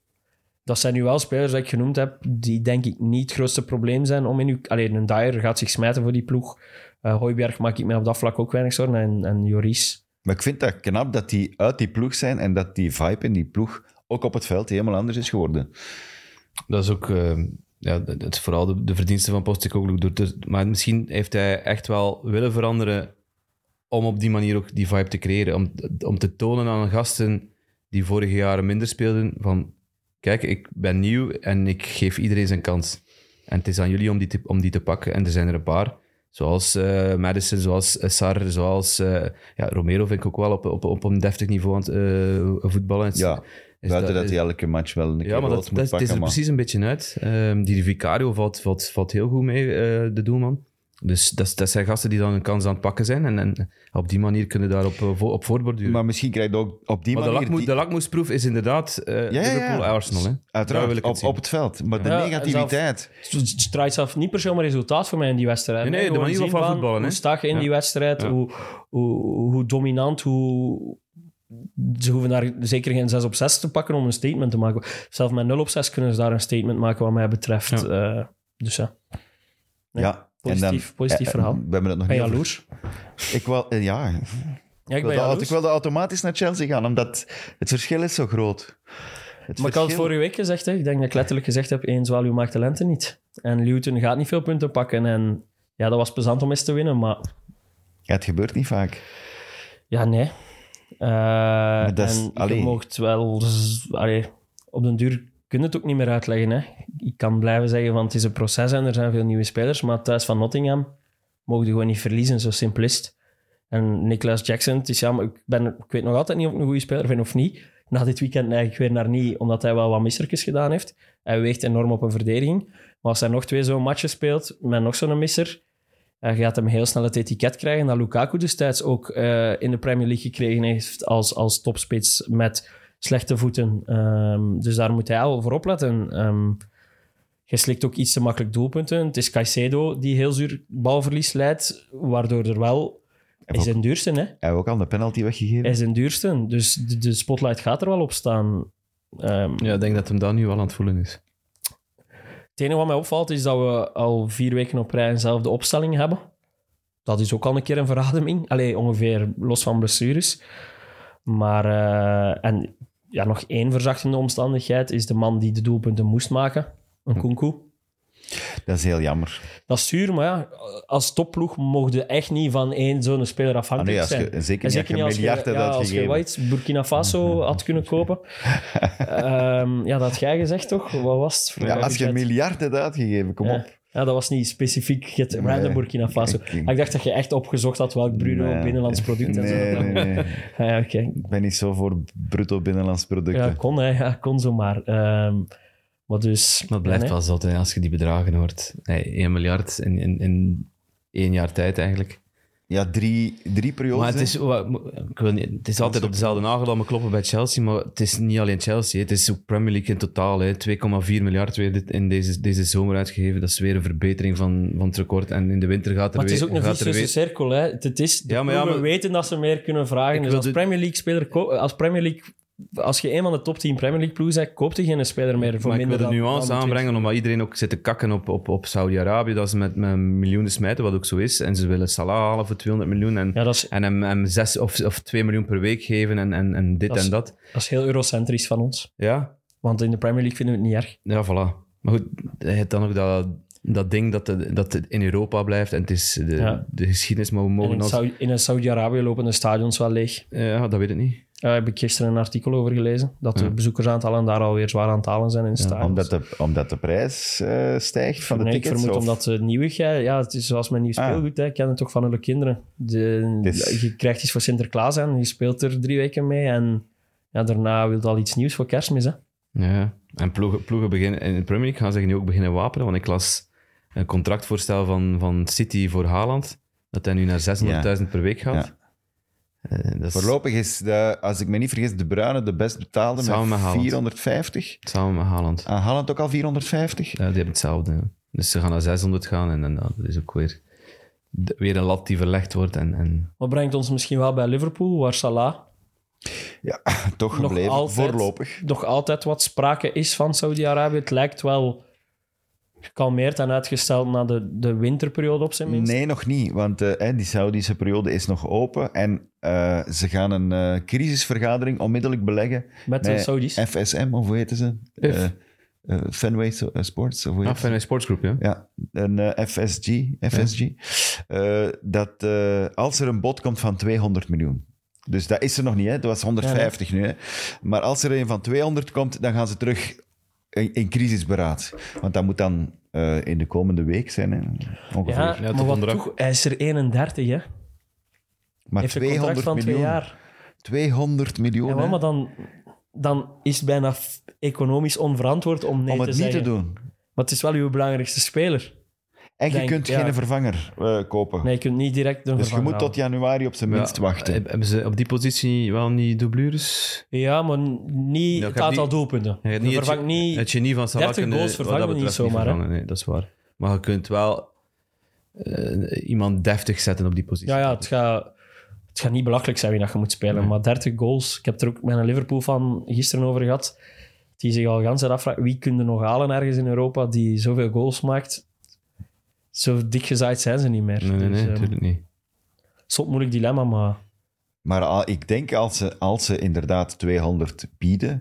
dat zijn nu wel spelers die ik genoemd heb, die denk ik niet het grootste probleem zijn om in uw... Alleen een Dyer gaat zich smijten voor die ploeg. Uh, Højbjerg maak ik mij op dat vlak ook weinig zorgen. En, en Lloris. Maar ik vind dat knap dat die uit die ploeg zijn en dat die vibe in die ploeg ook op het veld helemaal anders is geworden. Dat is ook... Uh, ja, het is vooral de, de verdienste van Postecoglou. Door te- Maar misschien heeft hij echt wel willen veranderen om op die manier ook die vibe te creëren. Om, om te tonen aan gasten die vorige jaren minder speelden van... Kijk, ik ben nieuw en ik geef iedereen zijn kans. En het is aan jullie om die te, om die te pakken. En er zijn er een paar. Zoals uh, Madison, zoals uh, Sarr, zoals... Uh, ja, Romero vind ik ook wel op, op, op een deftig niveau aan het uh, voetballen. Is, Ja, is buiten dat, is- hij elke match wel een keer ja, maar rood dat, moet dat, het is pakken. er Maar precies een beetje uit. Um, die Vicario valt, valt, valt heel goed mee, uh, de doelman. Dus dat, is- dat zijn gasten die dan een kans aan het pakken zijn. En, en op die manier kunnen daarop uh, vo- op voortborduren. Maar, maar misschien krijg je ook op die de, manier... lakmoes, die- de lakmoesproef is inderdaad uh, ja, ja. Liverpool-Arsenal. Hè. Daar wil Uiteraard, ik het op, zien. op het veld. Maar de Ja, en negativiteit... Het draait zelf niet per se om een resultaat voor mij in die wedstrijd. Nee, nee, hè. de Gewoon manier zien van van voetballen, Hoe hè. sta je in Ja. die wedstrijd? Ja. Hoe, hoe, hoe dominant, hoe... Ze hoeven daar zeker geen zes op zes te pakken om een statement te maken. Zelfs met nul op zes kunnen ze daar een statement maken wat mij betreft. Ja. Uh, dus ja. Nee, Ja, positief, en dan, positief eh, verhaal. We hebben het nog Ben je niet over... jaloers? Ik wel, eh, ja. Ja, Ik ik ben wilde, jaloers. ik wilde automatisch naar Chelsea gaan, omdat het verschil is zo groot. Het Maar ik had het verschil- vorige week gezegd. Hè. Ik denk dat ik letterlijk gezegd heb, één zwaluw maakt de lente niet. En Luton gaat niet veel punten pakken. En ja, dat was plezant om eens te winnen, maar Ja, het gebeurt niet vaak. ja, nee. Uh, dat is- en allee. je mocht wel... Allee, op den duur kun je het ook niet meer uitleggen. Hè. Ik kan blijven zeggen, want het is een proces en er zijn veel nieuwe spelers, maar thuis van Nottingham mogen je gewoon niet verliezen, zo simpel is het. En Nicolas Jackson, het is jammer, ik, ben, ik weet nog altijd niet of ik een goede speler vind of niet. Na dit weekend neig ik weer naar niet, omdat hij wel wat missertjes gedaan heeft. Hij weegt enorm op een verdediging. Maar als hij nog twee zo'n matchen speelt, met nog zo'n misser, uh, gaat hem heel snel het etiket krijgen dat Lukaku destijds ook uh, in de Premier League gekregen heeft als, als topspits met slechte voeten. Um, dus daar moet hij al voor opletten. Um, je slikt ook iets te makkelijk doelpunten. Het is Caicedo die heel zuur balverlies leidt, waardoor er wel... Hij is een duurste, hè? Hij heeft ook al de penalty weggegeven. Hij is een duurste, dus de, de spotlight gaat er wel op staan. Um, Ja, ik denk dat hem dat nu wel aan het voelen is. Het enige wat mij opvalt is dat we al vier weken op rij eenzelfde opstelling hebben. Dat is ook al een keer een verademing. Allee, ongeveer los van blessures. Maar, uh, en ja, nog één verzachtende omstandigheid is de man die de doelpunten moest maken. Een Nkunku. Dat is heel jammer. Dat is zuur, maar ja, als topploeg mocht je echt niet van één zo'n speler Ah, afhankelijk nee, als zijn. je, zeker En niet als je een als je, miljard hebt ja, als je uitgegeven. White Burkina Faso had kunnen kopen. um, ja, dat had jij gezegd, toch? Wat was het? voor Ja, als je een budget? miljard hebt uitgegeven, kom Ja. op. Ja, dat was niet specifiek het Nee. random Burkina Faso. Ik- Ik dacht dat je echt opgezocht had welk bruto Nee. binnenlands product en Nee, zo. nee, nee. Ah, ja, oké. Ik ben niet zo voor bruto binnenlands producten. Ja, kon, hè. Ja, kon zomaar. Um, maar dus... Dat blijft ja, nee. wel zot, hè, als je die bedragen hoort. Nee, één miljard in, in, in één jaar tijd eigenlijk. Ja, drie, drie periodes. Maar het is, wat- ik wil niet, het is altijd op dezelfde nagel dat me kloppen bij Chelsea, maar het is niet alleen Chelsea. hè. Het is ook Premier League in totaal. hè. twee komma vier miljard weer dit- in deze, deze zomer uitgegeven. Dat is weer een verbetering van, van het record. En in de winter gaat er Maar het is weer... ook een gaat er vicieuze weer- cirkel. Hè. Het is, de Ja, maar ja, ploegen maar- weten dat ze meer kunnen vragen. Ik Dus wil als de- Premier League speler, ko- als Premier League, als je een van de top tien Premier League ploegen bent, koopt je geen speler meer voor Maar ik minder wil de dan- nuance dan aanbrengen, omdat iedereen ook zit te kakken op, op, op Saudi-Arabië, dat ze met, met miljoenen smijten, wat ook zo is. En ze willen Salah halen voor tweehonderd miljoen en, Ja, dat is, en hem, hem zes of, of twee miljoen per week geven en, en, en dit Dat is- en dat. dat is heel eurocentrisch van ons. Ja, Want in de Premier League vinden we het niet erg. ja, voilà. Maar goed, je hebt dan ook dat, dat ding dat, de, dat het in Europa blijft en het is de, Ja. de geschiedenis, maar we En mogen in, als... Saudi- in een Saudi-Arabië lopen de stadions wel leeg. Ja, dat weet ik niet. Daar heb ik gisteren een artikel over gelezen. Dat de Ja. bezoekersaantallen daar alweer zwaar aan het halen zijn in de stadions. Omdat de, omdat de prijs eh, stijgt van de Nee, ik tickets? vermoed of- omdat de nieuwigheid... Ja, het is zoals met nieuw Ah. speelgoed. Hè. Ik ken het toch van hun kinderen. De, Het is- Je krijgt iets voor Sinterklaas en je speelt er drie weken mee. En ja, daarna wil je al iets nieuws voor Kerstmis. Hè. Ja, en ploegen, ploegen beginnen, in de Premier League gaan ze nu ook beginnen wapenen, want ik las een contractvoorstel van, van City voor Haaland, dat hij nu naar zeshonderdduizend per week gaat. Ja. Eh, dat is Voorlopig is, de, als ik me niet vergis, De Bruyne de best betaalde Samen met met Haaland. vierhonderdvijftig. samen met Haaland. Aan Haaland ook al vierhonderdvijftig? Ja, die hebben hetzelfde. ja. Dus ze gaan naar zeshonderd gaan en, en ja, dat is ook weer, de- weer een lat die verlegd wordt. En, en Wat brengt ons misschien wel bij Liverpool, waar Salah Ja, toch nog gebleven. altijd, Voorlopig. nog altijd wat sprake is van Saudi-Arabië. Het lijkt wel gekalmeerd en uitgesteld na de, de winterperiode op zijn minst. Nee, nog niet, want eh, hè, die Saudische periode is nog open en eh, ze gaan een eh, crisisvergadering onmiddellijk beleggen Met de met Saudis. F S M, of hoe heten ze? F. Eh, eh, Fenway So- eh, Sports, of hoe heet ah, ze? Fenway Sports Group, ja. Ja, een eh, F S G. F S G. Eh, dat eh, als er een bod komt van tweehonderd miljoen. Dus dat is er nog niet, hè? Dat was honderdvijftig nu. Hè? Maar als er een van tweehonderd komt, dan gaan ze terug in, in crisisberaad. Want dat moet dan eh, in de komende week zijn, hè? Ongeveer. Ja, Ja, maar tot wat onderdak. toch, hij is er eenendertig, hè? maar Heeft een contract tweehonderd van twee miljoen. jaar. tweehonderd miljoen, Ja, maar, hè? maar dan, dan is het bijna f- economisch onverantwoord om nee om te het niet zeggen. te doen. Maar het is wel uw belangrijkste speler. En je Denk- kunt ja. geen vervanger eh, kopen. Nee, je kunt niet direct een dus je vervanger moet tot halen. januari op zijn Ja, minst wachten. heb- Hebben ze op die positie wel niet doublures? Ja, maar niet Ja, ik het heb aantal niet- doelpunten. Je, hebt Je niet vervangt het, niet... het genie van Salah dertig kunnen- goals wat vervangen dat we niet betreft zomaar, hè? vervangen. Nee, dat is waar. Maar je kunt wel eh, iemand deftig zetten op die positie. Ja, ja, het gaat, het gaat niet belachelijk zijn wie dat je moet spelen. Nee. Maar dertig goals... Ik heb er ook met een Liverpool van gisteren over gehad. Die zich al gans afvraagt, wie kun je nog halen ergens in Europa die zoveel goals maakt? Zo dik gezaaid zijn ze niet meer. Nee, nee, nee, Dus, ehm, natuurlijk niet. Soms moeilijk dilemma, maar... Maar al- ik denk als ze, als ze inderdaad tweehonderd bieden,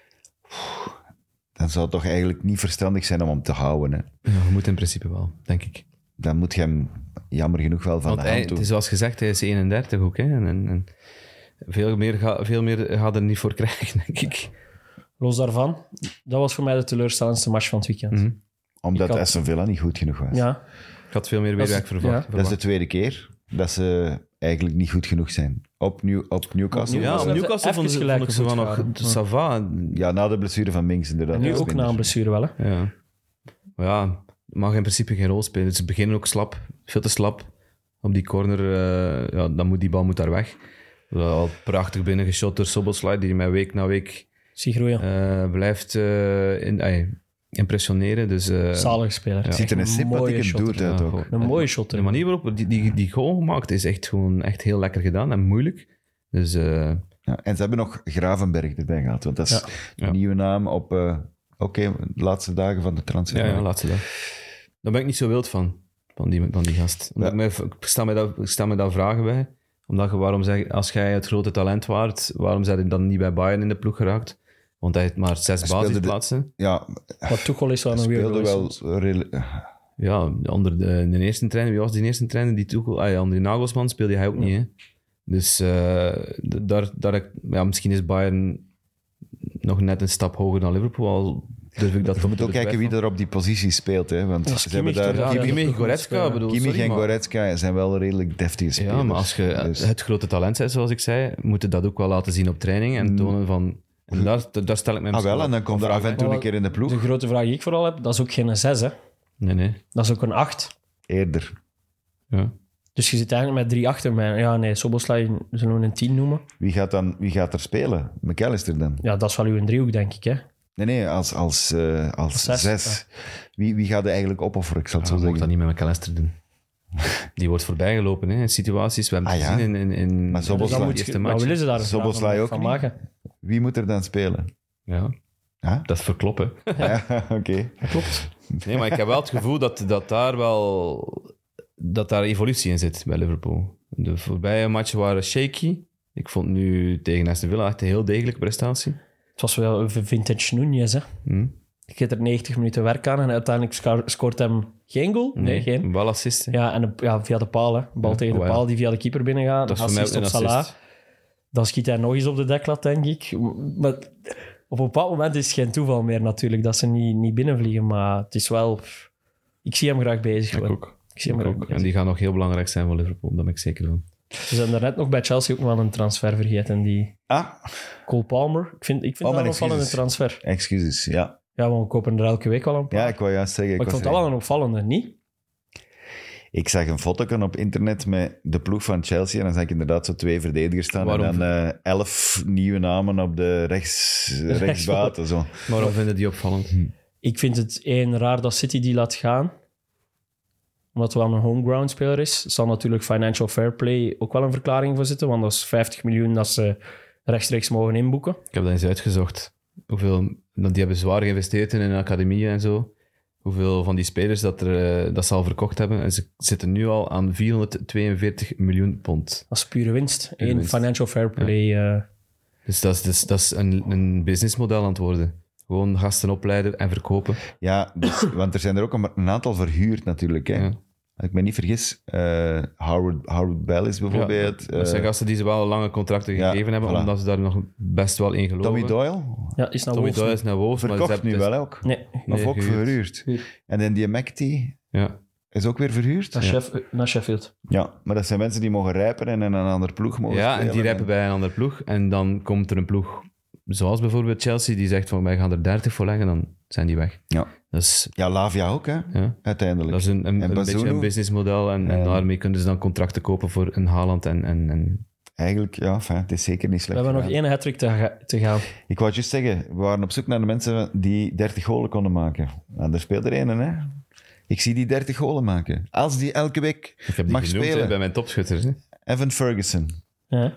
dan zou het toch eigenlijk niet verstandig zijn om hem te houden. Hè. Ja, je moet in principe wel, denk ik. Dan moet je hem jammer genoeg wel van Want de hij, hand doen. het is zoals gezegd, hij is eenendertig ook. Hè? En, en, en veel, meer ga, veel meer gaat er niet voor krijgen, denk ik. Los daarvan, dat was voor mij de teleurstellendste match van het weekend. Mhm. Omdat ik had- Aston Villa niet goed genoeg was. Ja, Ik had veel meer Dat is- weerwerk verwacht. ja. Dat is de tweede keer dat ze eigenlijk niet goed genoeg zijn. Op, New, op Newcastle. Op Ja, Newcastle op Newcastle even vond, ik- gelijk vond ik ze wel goed nog gegaan. de Sava. Ja, na de blessure van Minks inderdaad. en nu was ook na minder. een blessure wel, hè. Ja. Maar ja, het mag in principe geen rol spelen. Ze beginnen ook slap, veel te slap. Op die corner, eh, ja, dan moet die bal moet daar weg. Wel prachtig binnengeschot door Szoboszlai, die mij week na week Zie groeien. eh, blijft eh, in, ay, impressioneren. Dus, eh, Zalige speler. Het ziet er een Echt mooie sympathieke shotter. dude uit ja, ook. gewoon- Een mooie shotter. De manier waarop die, die, die goal gemaakt is echt gewoon echt heel lekker gedaan en moeilijk. Dus eh, Ja, en ze hebben nog Gravenberg erbij gehad. Want dat is Ja. een nieuwe naam op eh, oké, de laatste dagen van de transfer. ja, ja, laatste dag. Daar ben ik niet zo wild van, van die, van die gast. Omdat Ja. ik, mij, ik, stel me daar, ik stel me daar vragen bij. Omdat je, waarom zeg, als jij het grote talent waart, waarom zijn je dan niet bij Bayern in de ploeg geraakt? Want hij heeft maar zes Hij speelde de- basisplaatsen. Ja, Maar Tuchel is wel hij een speelde weirdo. wel... soms. rela- Ja, onder de, de eerste trainer, wie was die eerste trainer? Die Tuchel, ah ja, onder die Nagelsman speelde hij ook niet. Hè? Dus eh, d- daar, daar, ja, misschien is Bayern nog net een stap hoger dan Liverpool. Al durf ik dat Je toch moet te ook kijken wie betwijfelen. er op die positie speelt. Hè? Want Dat is ze hebben Kimmich daar... toch wel, Ja, ja. Kimmich, dat is Goretzka, goed, bedoel, Kimmich sorry, en maar- Goretzka zijn wel redelijk deftige spelers. Ja, maar als je Dus- het grote talent bent, zoals ik zei, moet je dat ook wel laten zien op training en tonen van... En daar, daar stel ik me Ah misschien wel, en dan komt er af en toe Maar een keer in de ploeg. De grote vraag die ik vooral heb, dat is ook geen zes, hè. Nee, nee. Dat is ook een acht. Eerder. Ja. Dus je zit eigenlijk met drie achter mij. Ja, nee, Szoboszlai zullen we een tien noemen. Wie gaat, dan, wie gaat er spelen? McAllister dan? Ja, dat is wel uw driehoek, denk ik, hè. Nee, nee, als, als, uh, als, als zes. zes. Wie, wie gaat er eigenlijk opofferen? Ik zal het Ja, zo je zeggen. mag dat niet met McAllister doen. Die wordt voorbijgelopen hè, in situaties. We hebben het Ah, ja? gezien in, in, in Maar Dus Szoboszlai- dan de moet je, eerste wat match. willen ze daar een Szoboszlai vraag ook van niet? maken? Wie moet er dan spelen? Ja, Huh? dat is verkloppen. Ja, oké. Okay. Klopt. Nee, maar ik heb wel het gevoel dat, dat daar wel dat daar evolutie in zit bij Liverpool. De voorbije matchen waren shaky. Ik vond nu tegen Aston Villa echt een heel degelijke prestatie. Het was wel een vintage Nunez, hè. Hm? Je hebt er negentig minuten werk aan en uiteindelijk sco- scoort hem geen goal. Nee, geen. Wel assist. hè. Ja, en een- ja, via de paal, hè. Bal Ja, tegen de oh ja. paal die via de keeper binnengaat. Dat is voor mij Assist een op Salah. assist. Dan schiet hij nog eens op de deklat, denk ik. Maar op een bepaald moment is het geen toeval meer natuurlijk dat ze niet, niet binnenvliegen. Maar het is wel... Ik zie hem graag bezig. Ik gewoon. ook. Ik zie hem Ik graag ook. bezig. En die gaan nog heel belangrijk zijn voor Liverpool, daar ben ik zeker van. Ze zijn daarnet nog bij Chelsea ook nog wel een transfer vergeten. Die Ah, Cole Palmer. Ik vind, ik vind Oh, dat mijn een opvallende excuses. transfer. excuses. Ja, Ja, want we kopen er elke week wel een paar. ja ik wou juist zeggen. maar ik was vond dat wel een opvallende, niet? Ik zag een foto op internet met de ploeg van Chelsea en dan zag ik inderdaad zo twee verdedigers staan Waarom? en dan eh, elf nieuwe namen op de rechts, rechtsbuiten. Zo. Maar waarom vinden die opvallend? Ik vind het één raar dat City die laat gaan. Omdat het wel een homeground speler is. Er zal natuurlijk financial fair play ook wel een verklaring voor zitten. Want dat is vijftig miljoen dat ze rechtstreeks mogen inboeken. Ik heb dat eens uitgezocht. Hoeveel, want die hebben zwaar geïnvesteerd in academieën en zo. Hoeveel van die spelers dat, er, eh, dat ze al verkocht hebben. En ze zitten nu al aan vierhonderdtweeënveertig miljoen pond. Dat is pure winst. Pure Eén winst. financial fair play. eh, Dus dat is, dus, dat is een, een businessmodel aan het worden. Gewoon gasten opleiden en verkopen. Ja, dus, want er zijn er ook een, een aantal verhuurd natuurlijk. Hè. Ja. Als ik me niet vergis, eh Howard, Howard Bell is bijvoorbeeld. Ja, dat zijn eh, gasten die ze wel lange contracten ja, gegeven hebben, voilà. omdat ze daar nog best wel in geloven. Tommy Doyle, ja, is nou Tommy Wolves Doyle is naar Wolves. maar ze verkocht hebben nu dus- wel ook. Nee, Of Nee, ook gehuurd. verhuurd. Gehuurd. En dan die McTee Ja. is ook weer verhuurd. naar, Ja. Sheff- naar Sheffield. Ja, maar dat zijn mensen die mogen rijpen en in een andere ploeg mogen ja, spelen. en die rappen bij een andere ploeg. En dan komt er een ploeg, zoals bijvoorbeeld Chelsea, die zegt van wij gaan er dertig voor leggen, dan zijn die weg. Ja. Dat is, Ja, Lavia ook, hè, ja, uiteindelijk. dat is een, een, En een Bazunu? beetje een businessmodel. En, en Ja. daarmee kunnen ze dan contracten kopen voor een Haaland. En, en, en Eigenlijk, ja, enfin, het is zeker niet We slecht hebben nog gedaan. één hat-trick te, ga- te gaan. Ik wou juist zeggen, we waren op zoek naar de mensen die dertig golen konden maken. Nou, er speelt er één, hè. Ik zie die dertig golen maken. Als die elke week ik heb die mag genoemd hè, spelen. bij mijn topschutters. Hè. Evan Ferguson, Ja.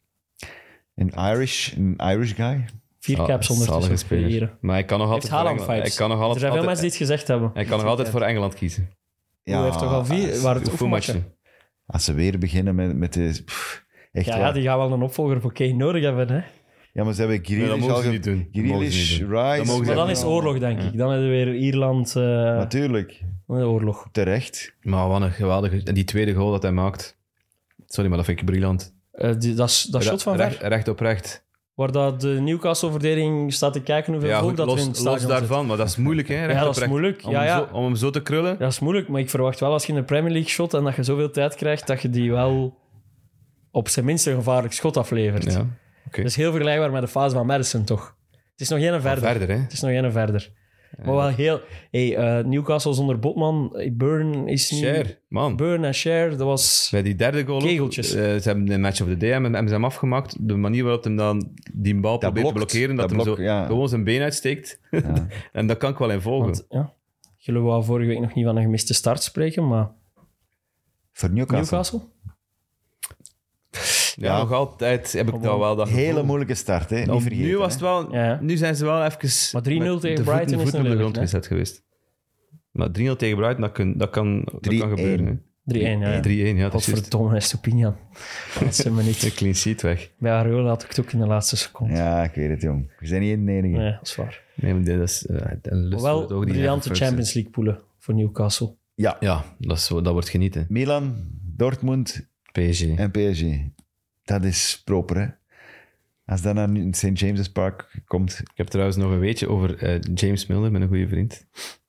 een Irish, een Irish guy. Vier Zal- caps zalige ondertussen speler. creëren. Maar hij kan nog altijd Heeft voor Haaland Engeland, vibes. hij kan nog Er zijn altijd, veel mensen die het gezegd hebben. hij kan nog altijd voor Engeland kiezen. Hoe heeft toch al vier... als- Waar het Hoeveel oefenmatchen? matchen? Als ze weer beginnen met, met de... pff, echt Ja, ja, waar. die gaan wel een opvolger voor Kane nodig hebben. Hè? Ja, maar ze hebben Nee, dat Grealish mogen al ze ge- niet doen. Dat mogen ze Grealish, niet doen. Rice... Dat mogen ze Maar dan Ja. is het oorlog, denk ik. Dan hebben we weer Ierland... eh Natuurlijk, een oorlog. terecht. Maar wat een geweldige... En die tweede goal dat hij maakt... Sorry, maar dat vind ik briljant. Eh, die, dat is- dat shot van recht, ver, recht op recht. waar dat de Newcastle-verdediging staat te kijken hoeveel Ja, volk goed, dat er in los, het los stadion zit. daarvan. Maar dat is moeilijk, hè? Recht Ja, dat op is recht. moeilijk. Om, Ja, hem ja. Zo, om hem zo te krullen. Dat is moeilijk, maar ik verwacht wel als je een Premier League shot en dat je zoveel tijd krijgt, dat je die wel op zijn minst een gevaarlijk schot aflevert. Ja, oké. Dat is heel vergelijkbaar met de fase van Madison, toch? Het is nog één verder. Verder, hè? Het is nog één verder. Maar wel heel... Hey, eh, Newcastle zonder Botman, hey, Burn is niet... Share, man. Burn en Share, dat was... Bij die derde goal ook, Kegeltjes. eh, ze hebben een match of the day hebben, hebben ze hem afgemaakt. De manier waarop hij dan die bal probeert blokt. te blokkeren, dat, Dat hij blok, zo ja. gewoon zijn been uitsteekt. Ja. En dat kan ik wel in volgen. Want, ja, jullie wou vorige week nog niet van een gemiste start spreken, maar Voor Newcastle. Newcastle? ja, ja. nog altijd heb ik dat wel dat Hele gevoel. moeilijke start, hè. Nou, Niet vergeten. nu was het hè. wel... Ja, ja. Nu zijn ze wel even... Maar drie nul met tegen de voeten- Brighton is voeten op de een grond lelijk, hè? gezet geweest. Maar drie nul tegen Brighton, dat kan, dat kan, dat kan drie-een. gebeuren. hè. drie-een, ja. drie-een, ja, dat is juist. Godverdomme, Estopinian. Dat is me Een niet. clean sheet weg. Bij Areola had ik het ook in de laatste seconde. Ja, ik weet het, jong. We zijn niet in de enige. Nee, dat is waar. Nee, maar dit is uh, een lust voor Wel het oog die briljante Ferguson. Champions League poelen voor Newcastle. Ja, Ja, dat, is, zo- dat wordt genieten. Milan, Dortmund P S G. en P S G. Dat is proper, hè. Als dat naar Saint James's Park komt... Ik heb trouwens nog een weetje over eh, James Milner, mijn goede vriend.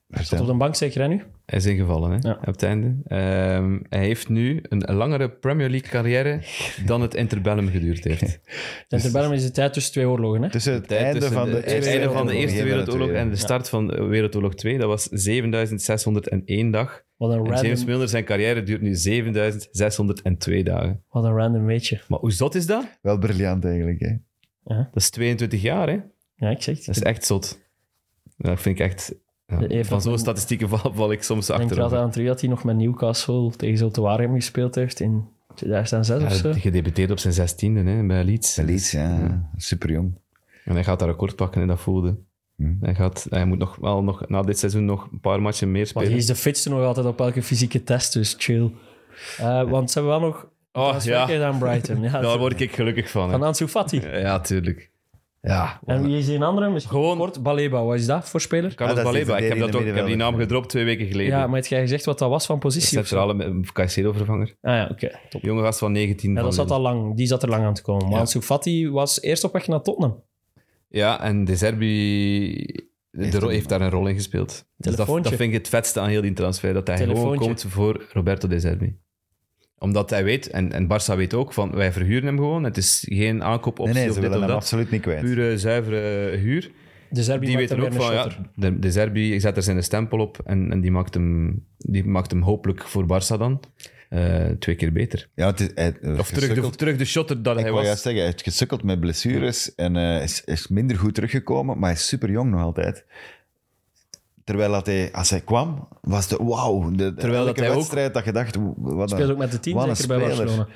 Tot op de bank zeker, hè, nu? Hij is ingevallen, hè, Ja. op het einde. Um, hij heeft nu een langere Premier League carrière dan het Interbellum geduurd heeft. Het Interbellum is de tijd tussen twee oorlogen, hè? Tussen het Tijd einde tussen van de, het einde Eerste van de Eerste Wereldoorlog Wereldoorlog en de start van Wereldoorlog twee, dat was zevenduizend zeshonderdéén dag. Wat een En James random, Milner, zijn carrière duurt nu zevenduizend zeshonderdtwee dagen. wat een random weetje. Maar hoe zot is dat? Wel briljant eigenlijk. Hè? Dat is tweeëntwintig jaar, hè? Ja, ik zeg het. Dat is echt zot. Ja, dat vind ik echt... Ja, Even van zo'n van- statistieken val, val ik soms Ik denk er altijd achterover. aan terug dat hij nog met Newcastle tegen Zulte Waregem gespeeld heeft in tweeduizend zes of zo. Ja, gedebuteerd op zijn zestiende hè, bij Leeds. Leeds, ja. Super jong. En hij gaat dat record pakken, en dat voelde. Hm. Hij, gaat, hij moet nog wel nog, na dit seizoen nog een paar matchen meer Maar spelen. die is de fitste nog altijd op elke fysieke test, dus chill. Uh, want ze hebben wel nog Oh, transferkeer ja. aan Brighton. Ja, Daar word ik gelukkig van. Hè. van Ansu Fati. Ja, tuurlijk. Ja, En wie is die een andere? Misschien Gewoon- kort. Baleba, wat is dat voor speler? Carlos Ah, dat is die Baleba. Ik heb, dat verdedigende ook, ik heb die naam middenvelder. gedropt twee weken geleden. Ja, maar heb jij gezegd wat dat was van positie? of zo? Centrale Caicedo-vervanger. Ah ja, oké. top. Jonge gast van negentien. Ja, van dat zat Lille. al lang. Die zat er lang aan te komen. Maar Ja. Ansu Fati was eerst op weg naar Tottenham. Ja, en De Zerbi de Heeft ro- hem- heeft daar een rol in gespeeld. Dus dat, Telefoontje. dat vind ik het vetste aan heel die transfer. Dat hij gewoon Telefoontje. komt voor Roberto De Zerbi. Omdat hij weet, en, en Barça weet ook, van wij verhuren hem gewoon. Het is geen aankoopoptie Nee, nee, of ze dit willen of hem dat. absoluut niet kwijt. Pure, zuivere huur. De Zerbi Die maakt weten er ook weer van, een ja, shotter. de, de Zerbi zet er zijn stempel op en, en die, maakt hem, die maakt hem hopelijk voor Barça dan eh, twee keer beter. Ja, het is, hij, hij Of terug de, gesukkeld- terug de shotter dat Ik hij wou was. juist zeggen, hij heeft gesukkeld met blessures en eh, is, is minder goed teruggekomen, maar hij is super jong nog altijd. Terwijl dat hij, als hij kwam, was de wauw. De, de, Terwijl dat elke hij ook- wedstrijd dat je dacht, wat Speelt een, ook met de team, wat een zeker bij speler. Barcelona.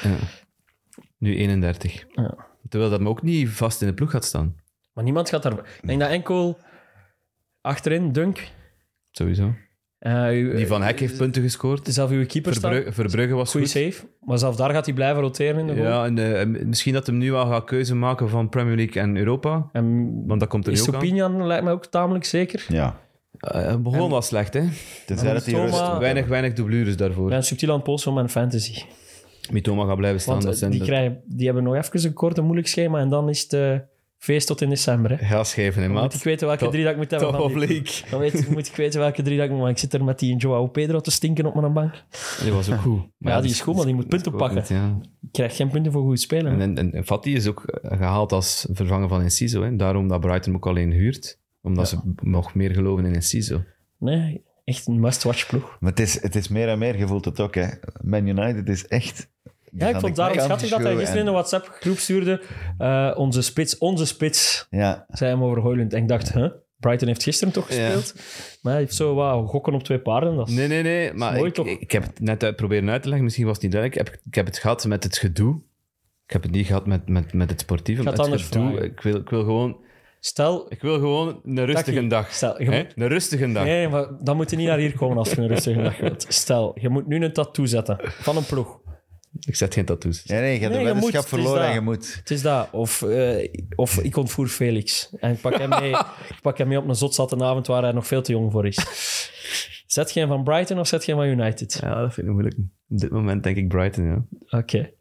Nu eenendertig. Ja. Terwijl dat hem ook niet vast in de ploeg gaat staan. Maar niemand gaat daar... Ik denk dat enkel achterin, Dunk... Sowieso. eh, uw- Die Van Hek heeft punten gescoord. zelf uw keeper staat. Verbrugge, Verbrugge was Goeie goed. save. Maar zelf daar gaat hij blijven roteren in de goal. Ja, en, eh, misschien dat hem nu al gaat keuze maken van Premier League en Europa. En Want dat komt er nu ook aan. Stupinian lijkt me ook tamelijk zeker. Ja, Uh, begon wel slecht, hè? tenzij En dat hij Mitoma- rust... Weinig, weinig doublures daarvoor. Ik ben subtiel aan het polsen van mijn fantasy. Mitoma gaat blijven staan. Want dat eh, zijn die, de- krijgen, die hebben nog even een kort en moeilijk schema en dan is het eh, feest tot in december. Hè. Ga schrijven, hè, Dan moet maat. ik weten welke Top- drie dat ik moet hebben. Top van of die- league. Dan weet, moet ik weten welke drie dat ik moet. Maar ik zit er met die Joao Pedro te stinken op mijn bank. Die was ook goed. Ja, die is goed, maar die moet punten dat is ook pakken. niet, ja. Ik krijg geen punten voor goed spelen. En, en, en, en Fati is ook gehaald als vervanger van Enciso. Hè. Daarom dat Brighton hem ook alleen huurt. Omdat ze nog meer geloven in Enciso. Nee, echt een must-watch ploeg. Maar het is, het is meer en meer, je voelt het ook. Hè. Man United is echt... Ja, ik vond het daarom schattig dat hij gisteren in de WhatsApp-groep stuurde. eh, onze spits, onze spits, Ja, zei hem over Højlund. En ik dacht, huh? Brighton heeft gisteren toch Ja. gespeeld? Maar hij heeft zo, wauw, gokken op twee paarden. Dat is... Nee, nee, nee. Maar mooi ik, toch? ik, ik heb het net uit, proberen uit te leggen. Misschien was het niet duidelijk. Ik heb, ik heb het gehad met het gedoe. Ik heb het niet gehad met, met, met het sportieve. Ik ga Met het het anders gedoe. vragen. Ik wil, ik, wil gewoon, Stel... ik wil gewoon een rustige Taki, dag. Stel, je Hè? moet- Een rustige dag. Nee, maar dan moet je niet naar hier komen als je een rustige dag wilt. Stel, je moet nu een tattoo zetten van een ploeg. Ik zet geen tattoos. nee, nee, je hebt Nee, de je weddenschap moet, het is verloren en dat. je moet. Het is dat. Of, eh, of ik ontvoer Felix. En ik pak hem mee, ik pak hem mee op een zotzatte avond waar hij nog veel te jong voor is. Zet geen van Brighton of zet geen van United? Ja, dat vind ik moeilijk. Op dit moment denk ik Brighton, ja. Oké, Ja,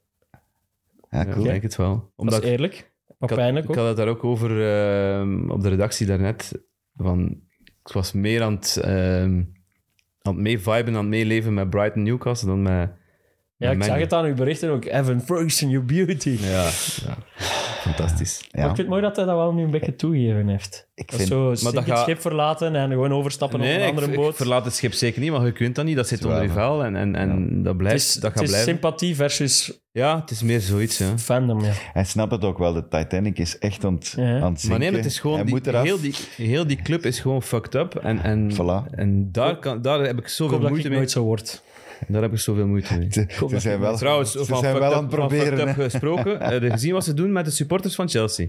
Ja, cool. ik denk het wel. dat Omdat is eerlijk. Maar ik had, pijnlijk ik ook. had het daar ook over ehm, op de redactie daarnet. Van, ik was meer aan het, ehm, aan het meeviben, aan het meeleven met Brighton Newcastle dan met, Ja, met ik Man zag U. het aan uw berichten ook. Evan Ferguson, your beauty. Ja, ja. Fantastisch. Maar ik Ja. vind het mooi dat hij dat wel nu een beetje toegegeven heeft. Ik Dat is vind... zo dat stink het gaat- schip verlaten en gewoon overstappen Nee, op een ik, andere ik boot. verlaat het schip zeker niet, maar je kunt dat niet. Dat zit Dat is onder je waar. vel en, en, en dat het blijft, is, dat het gaat is blijven. sympathie versus Ja, het is meer zoiets, ja. fandom, ja. Hij snapt het ook wel, de Titanic is echt aan het, Ja. aan het zinken. Maar nee, het is gewoon... Hij Die, moet eraf. heel, die, heel die club is gewoon fucked up. En, en, Voilà. en daar, kan, daar heb ik Ik zoveel hoop dat moeite ik mee. nooit zo word. Daar heb ik zoveel moeite mee. Ze, hoop ze dat zijn je- wel, Trouwens, ze van zijn fucked wel up- aan het van proberen. fucked up hè. gesproken. Heb je gezien wat ze doen met de supporters van Chelsea?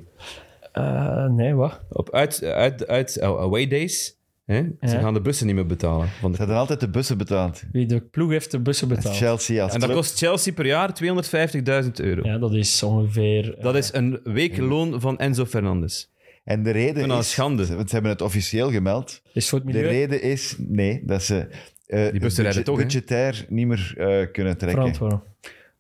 Eh, nee, wat? Op uit, uit, uit uh, away days. Hè? Ze Ja. gaan de bussen niet meer betalen. Van de... Ze hadden altijd de bussen betaald. Wie de ploeg heeft de bussen betaald. Chelsea als En dat club. kost Chelsea per jaar tweehonderdvijftigduizend euro. Ja, dat is ongeveer... eh, Dat is een weekloon van Enzo Fernandes. En de reden vind dat is... een schande. Want ze hebben het officieel gemeld. is voor het De milieu reden is, nee, dat ze... eh, Die bussen rijden toch, hè? budgetair niet meer eh, kunnen trekken. verantwoorden.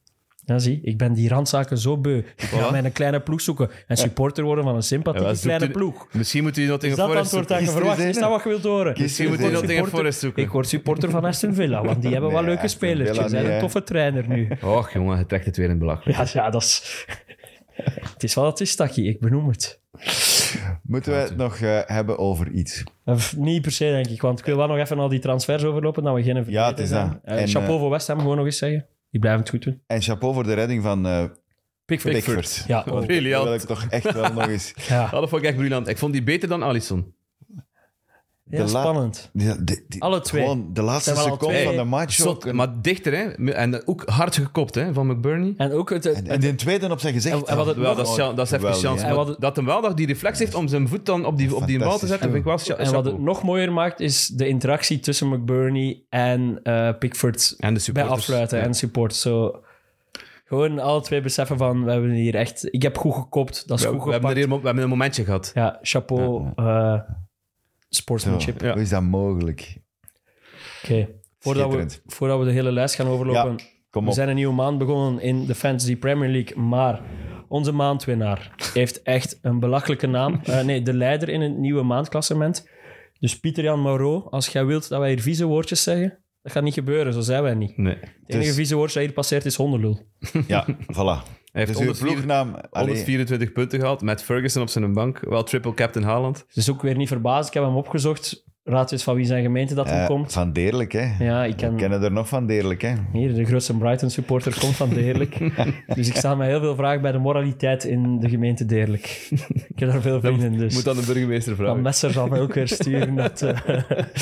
Ja, zie, ik ben die randzaken zo beu. Ik ga Voilà. mijn kleine ploeg zoeken en supporter worden van een sympathieke Ja, zoekt kleine u- ploeg. Misschien moet u nog Is tegen dat Forest antwoord zoeken. dat je verwacht? Is dat wat je wilt horen? Misschien moet Ik u word nog tegen supporter- Forest zoeken. Ik word supporter van Aston Villa, want die hebben wel Nee, leuke Aston spelers. Villa Ze zijn niet, een hè. toffe trainer nu. Och, jongen, je trekt het weer in belachelijk. Ja, ja, dat is... Het is wel het is, Taki. Ik benoem het. Moeten we het nog uh, hebben over iets? Of niet per se, denk ik. Want ik wil wel nog even al die transfers overlopen, dat we geen Ja, het is dat. zijn. Uh, En, chapeau uh, voor West Ham, gewoon nog eens zeggen. Die blijven het goed doen. En chapeau voor de redding van uh, Pickford. Pickford. Ja, oh. Dat Briljant. wil ik toch echt wel nog eens... Ja. Ja, dat vond ik echt briljant. Ik vond die beter dan Alisson. Ja, De la- spannend. Die, die, die- Alle twee. Gewoon de laatste Zijn wel al seconde twee. van de match ook. Zot, maar dichter, hè. En ook hard gekopt, hè, van McBurney. En ook het... En, en die tweede op zijn gezicht. En- en wat het Wel, nog- dat is, ja, dat is even Geweldig, chance. hè. En Maar wat het- dat hem wel nog die reflex heeft om zijn voet dan op die, op die bal te zetten, vind ik wel cha- En wat chapeau. het nog mooier maakt, is de interactie tussen McBurney en eh, Pickford En de bij supporters. afsluiten Ja. en support. Zo, gewoon alle twee beseffen van, we hebben hier echt... Ik heb goed gekopt, dat is We, goed we, hebben er gepakt. hier, we hebben een momentje gehad. Ja, chapeau, eh, sportsmanship. Zo, Ja. Hoe is dat mogelijk? Oké. Voordat we, Schitterend. voordat we de hele lijst gaan overlopen... Kom We op. zijn een nieuwe maand begonnen in de Fantasy Premier League, maar onze maandwinnaar heeft echt een belachelijke naam. Uh, nee, de leider in het nieuwe maandklassement. Dus Pieter-Jan Moreau, als jij wilt dat wij hier vieze woordjes zeggen, dat gaat niet gebeuren, zo zijn wij niet. Nee. Het enige Dus- vieze woordje dat hier passeert is hondenlul. Ja, voilà. Hij heeft Dus uw honderdvier ploegnaam... allee, honderdvierentwintig punten gehaald, met Ferguson op zijn bank. Wel triple captain Haaland. Dus ook weer niet verbaasd, ik heb hem opgezocht. Raad eens van wie zijn gemeente dat hem eh, komt. Van Deerlijk, hè. Ja, ik We ken... kennen er nog van Deerlijk, hè. Hier, de grootste Brighton-supporter komt van Deerlijk. Dus ik sta met heel veel vragen bij de moraliteit in de gemeente Deerlijk. Ik heb daar veel vrienden, dus... Moet dan de burgemeester Van vragen. Messer zal mij ook weer sturen. Dat, uh,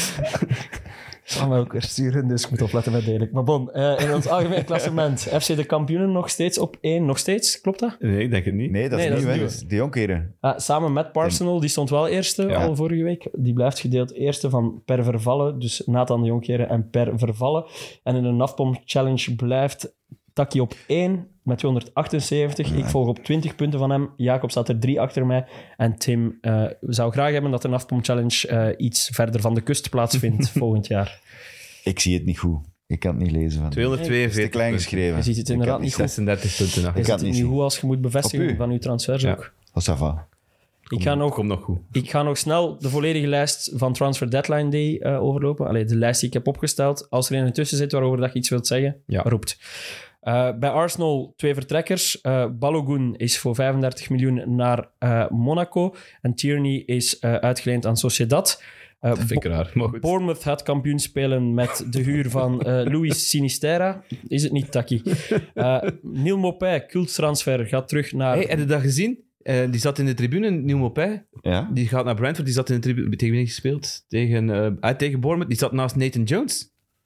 zal mij ook weer sturen, dus ik moet opletten met Deerlijk. Maar bon, uh, in ons algemeen klassement. F C de kampioenen nog steeds op één. Nog steeds, klopt dat? Nee, ik denk het niet. Nee, dat Nee, is dat nieuw, is hè. nieuw. Dat is Die onkeren. Uh, samen met Arsenal, die stond wel eerste Ja. al vorige week. Die blijft gedeeld eerste van Per Vervallen. Dus Nathan de Jonkeren en Per Vervallen. En in de Nafpom Challenge blijft Taki op één met tweehonderdachtenzeventig. Ik volg op twintig punten van hem. Jacob staat er drie achter mij. En Tim uh, zou graag hebben dat de Nafpom Challenge uh, iets verder van de kust plaatsvindt volgend jaar. Ik zie het niet goed. Ik kan het niet lezen. Van. Het is tweehonderdtweeënveertig te klein punten. geschreven. Je ziet het Ik inderdaad kan niet goed. zesendertig punten nog. Is kan het het niet niet goed als je moet Op bevestigen u? van je transfers Ja. ook? Oh, ça va. Ik ga, nog, Komt nog goed. ik ga nog snel de volledige lijst van Transfer Deadline Day uh, overlopen. Allee, de lijst die ik heb opgesteld. Als er een tussen zit waarover dat je iets wilt zeggen, Ja. roept. Uh, bij Arsenal twee vertrekkers. Uh, Balogun is voor vijfendertig miljoen naar uh, Monaco. En Tierney is uh, uitgeleend aan Sociedad. Uh, Dat vind ik raar, maar goed. Bournemouth gaat kampioen spelen met de huur van uh, Luis Sinisterra. Is het niet, Taki? Uh, Neil Maupay, culttransfer, gaat terug naar... Hey, heb je dat gezien? Uh, die zat in de tribune, Neil Maupay. Ja? Die gaat naar Brentford, die zat in de tribune. Tegen wie gespeeld? Tegen, uh, uit tegen Bournemouth. Die zat naast Nathan Jones.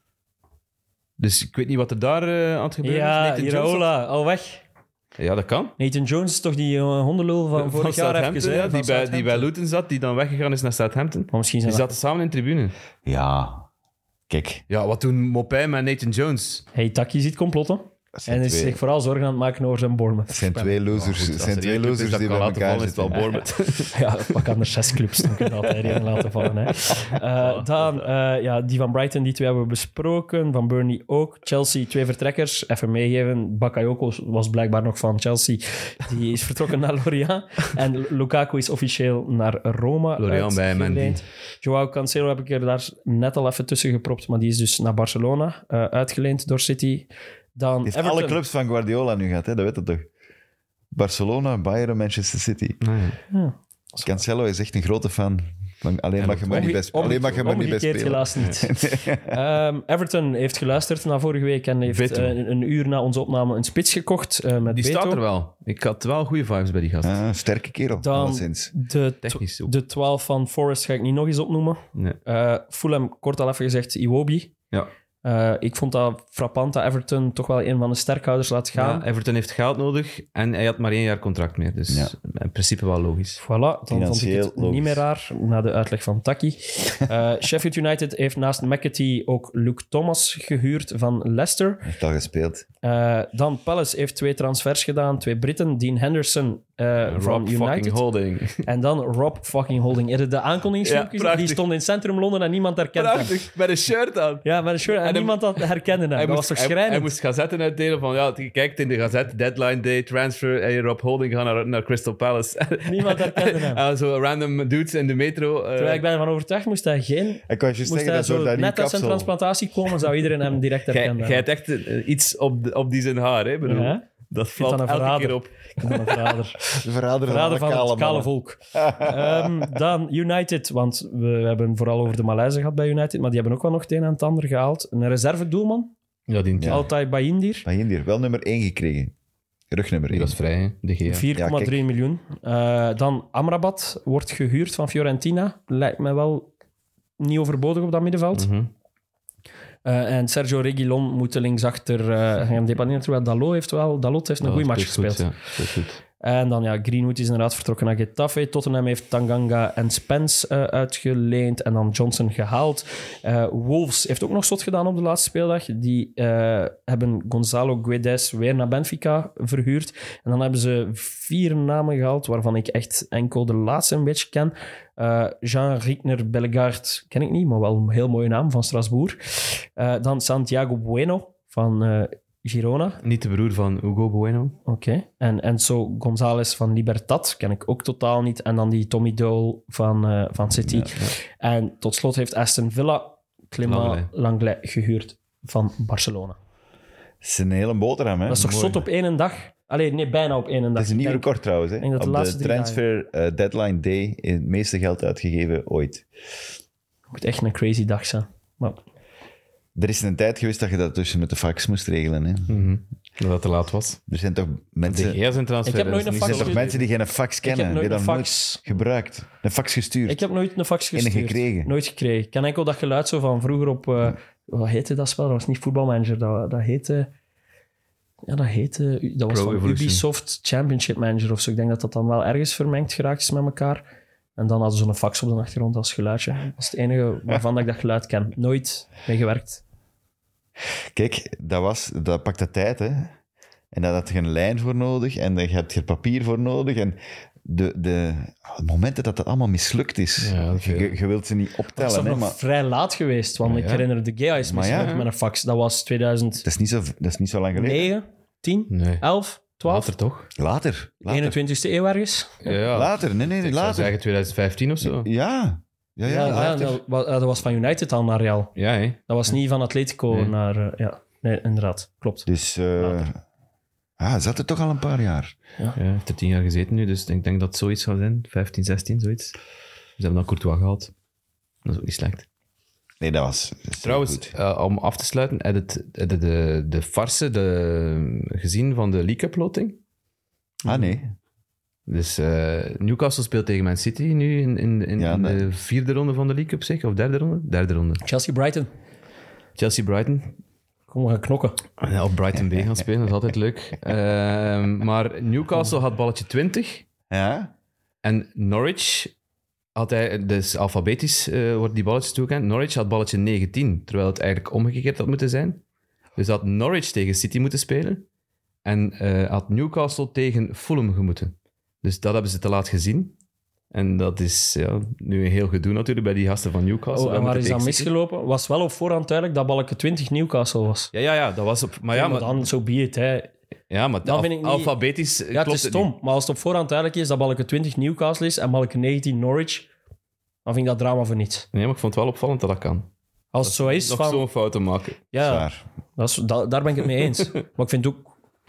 Dus ik weet niet wat er daar uh, aan het gebeuren is. ja, Nathan Jones Iraola, al weg. zat- Ja, dat kan. Nathan Jones is toch die uh, hondenlul van vorig jaar Southampton, even, hè, ja, van die, bij, die Southampton. bij Luton zat, die dan weggegaan is naar Southampton. Maar misschien zijn Die dat... zaten samen in de tribune. Ja. Kijk. Ja, wat doen Maupay met Nathan Jones? Hey, Taki ziet complotten. Dat zijn, En is twee, zich vooral zorgen aan het maken over zijn Bournemouth. dat zijn twee losers, Goed, dat als zijn er twee één club is losers dat die kan bij laten elkaar vallen, is het zitten. wel Bournemouth. Ja, pak aan de zes clubs, dan kun je altijd één laten vallen. Hè. Uh, dan, uh, ja, die van Brighton, die twee hebben we besproken. Van Burnley ook. Chelsea, twee vertrekkers. Even meegeven. Bakayoko was blijkbaar nog van Chelsea. Die is vertrokken naar Lorient. En Lukaku is officieel naar Roma Lorient bij Mendy. uitgeleend. Joao Cancelo heb ik er daar net al even tussen gepropt, maar die is dus naar Barcelona uh, uitgeleend door City. Dan Die heeft Everton. alle clubs van Guardiola nu gehad, hè? Dat weet je toch? Barcelona, Bayern, Manchester City. Nee. Ja. Cancelo is echt een grote fan. Lang- Alleen Ja, mag je maar niet best, alleen mag je maar niet best Omgekeerd spelen. helaas niet. um, Everton heeft geluisterd naar vorige week en heeft Beto. uh, een, een uur na onze opname een spits gekocht uh, met Die Beto. staat er wel. Ik had wel goede vibes bij die gast. Ah, sterke kerel, Dan alleszins. de, Technisch ook. de twaalf van Forest ga ik niet nog eens opnoemen. Nee. Uh, Fulham, kort al even gezegd, Iwobi. Ja. Uh, ik vond dat frappant dat Everton toch wel een van de sterkhouders laat gaan. Ja, Everton heeft geld nodig en hij had maar één jaar contract meer. Dus Ja. in principe wel logisch. Voilà, dan vond ik Financieel het logisch. niet meer raar, na de uitleg van Taki. Uh, Sheffield United heeft naast McAtee ook Luke Thomas gehuurd van Leicester. Heeft al gespeeld. Uh, dan Palace heeft twee transfers gedaan. Twee Britten. Dean Henderson uh, van Rob fucking United. Holding. En dan Rob fucking Holding. Heb je de aankondigingsfilmpjes? Ja, die stond in centrum Londen en niemand herkende hem. Prachtig, met een shirt aan. Ja, met een shirt. En, En hem- niemand had herkende hem. Hij Dat moest, was toch hij, schrijnend? hij moest gazetten uitdelen van, ja, kijk in de gazette, deadline day, transfer, en Rob Holding gaat naar, naar Crystal Palace. Niemand herkende hem. En zo random dudes in de metro. uh, Terwijl ik ben ervan overtuigd, moest hij geen... Ik kan je Moest zeggen, hij dat zo door dat net uit zijn kapsel. transplantatie komen, zou iedereen hem direct Jij herkennen. jij hebt echt uh, iets op, de- op die zijn haar, hè? Bedoel, Ja. dat vind valt dat een elke verrader. keer op. Ik ben een verrader. De verrader, Verrader van alle het kale kale mannen. volk. Ehm, dan United, want we hebben vooral over de Maleizen gehad bij United, maar die hebben ook wel nog het een en het ander gehaald. Een reservedoelman, Ja, die, Ja. Altay Bayindir. Maar hier wel nummer één gekregen. Rugnummer die één. was vrij, hè? De Gea. vier komma drie Ja, miljoen. Eh, dan Amrabat wordt gehuurd van Fiorentina. Lijkt mij wel niet overbodig op dat middenveld. Mhm. Uh, en Sergio Reguilon moet de linksachter uh, gaan depaneren. Terwijl Dalot heeft wel... Dalot heeft een Ja, goede match speelt gespeeld. goed, ja. Speelt goed. En dan, ja, Greenwood is inderdaad vertrokken naar Getafe. Tottenham heeft Tanganga en Spence uh, uitgeleend. En dan Johnson gehaald. Uh, Wolves heeft ook nog zot gedaan op de laatste speeldag. Die uh, hebben Gonzalo Guedes weer naar Benfica verhuurd. En dan hebben ze vier namen gehaald, waarvan ik echt enkel de laatste een beetje ken. Uh, Jean Riekner Bellegaard ken ik niet, maar wel een heel mooie naam, van Strasbourg. Uh, dan Santiago Bueno van uh, Girona. Niet de broer van Hugo Bueno. Oké. Okay. En Enzo González van Libertad ken ik ook totaal niet. En dan die Tommy Doyle van, uh, van City. Ja, ja. En tot slot heeft Aston Villa Clément Langley. Langley gehuurd van Barcelona. Dat is een hele boterham, hè? Dat is toch Mooi. zot op één dag? Allee, nee, bijna op één dag. Dat is een nieuw Ik denk- record trouwens. Hè? denk dat de Op laatste de drie transfer eh, deadline day het meeste geld uitgegeven ooit. Het moet echt een crazy dag zijn. Maar Er is een tijd geweest dat je dat tussen met de fax moest regelen. Hè? Mhm. Dat het te laat was. Er zijn toch De mensen, Gea zijn transfer. Ik heb nooit is een niet fax er zijn zo- toch mensen die geen fax ik kennen, heb nooit die een dat fax... nooit gebruikt. Een fax gestuurd. Ik heb nooit een fax En een gestuurd. gekregen. Nooit gekregen. Ik ken enkel dat geluid zo van vroeger op... uh, wat heette dat spel? Dat was niet Voetbalmanager. Dat, dat heette... Ja, dat heette... Dat was Pro van Evolution. Ubisoft Championship Manager of zo. Ik denk dat dat dan wel ergens vermengd geraakt is met elkaar. En dan hadden ze zo'n fax op de achtergrond als geluidje. Dat is het enige waarvan ik dat geluid ken. Nooit mee gewerkt. Kijk, dat, was, dat pakte tijd, hè. En daar had je een lijn voor nodig en daar heb je er papier voor nodig. En de, de momenten dat dat allemaal mislukt is, Ja, dat is je, veel. je wilt ze niet Dat is optellen, toch hè, nog maar vrij laat geweest. Want Ja, ik ja. herinner de Gea is Maar mislukt ja. met een fax. Dat was tweeduizend dat is niet zo, dat is niet zo lang geleden. negen, tien, Nee. elf, twaalf, Later toch? Later. Later. eenentwintigste eeuw ergens. Ja, ja. Later, nee, nee, nee, Ik zou later. zeggen twintig vijftien of zo. Ja. Ja, ja, Ja, ja, later. dat, wa- dat was van United al naar Real. Ja, hè. Dat was niet van Atletico Nee. naar... eh, ja, nee, inderdaad. Klopt. Dus, eh Later. ah, zat er toch al een paar jaar. Ja, hij heeft er tien jaar gezeten nu, dus ik denk dat het zoiets zou zijn. vijftien, zestien, zoiets. Ze hebben dan Courtois gehaald. Dat is ook niet slecht. Nee, dat was... dat is Trouwens, goed. eh, om af te sluiten, heb je het- heb je de, de farse de, gezien van de League Cup loting? Ah, nee. Dus eh, Newcastle speelt tegen Man City nu in, in, in, Ja, in nee. de vierde ronde van de League Cup, zeg? Of derde ronde? Derde ronde. Chelsea-Brighton. Chelsea-Brighton. Kom, we gaan knokken. Ja, op Brighton B gaan spelen, dat is altijd leuk. Ehm, maar Newcastle had balletje twintig Ja? en Norwich had hij, dus alfabetisch eh wordt die balletjes toegekend. Norwich had balletje negentien, terwijl het eigenlijk omgekeerd had moeten zijn. Dus had Norwich tegen City moeten spelen en eh, had Newcastle tegen Fulham gemoeten. Dus dat hebben ze te laat gezien. En dat is ja, nu een heel gedoe natuurlijk bij die gasten van Newcastle. Oh, Wij en waar moeten is dat tegen City. misgelopen? Was wel op voorhand duidelijk dat balken twintig Newcastle was. Ja, ja, ja, dat was op... Maar Ja, ja, maar maar, dan, zo be it, hè. ja, maar dan al- vind ik niet- alfabetisch Ja, het klopt is het stom. niet. Maar als het op voorhand duidelijk is dat balken twintig Newcastle is en balken negentien Norwich, dan vind ik dat drama voor niets. Nee, maar ik vond het wel opvallend dat dat kan. Als het zo is, Nog van... zo'n fouten maken. Ja, Zwaar. dat is, da- daar ben ik het mee eens. Maar ik vind ook...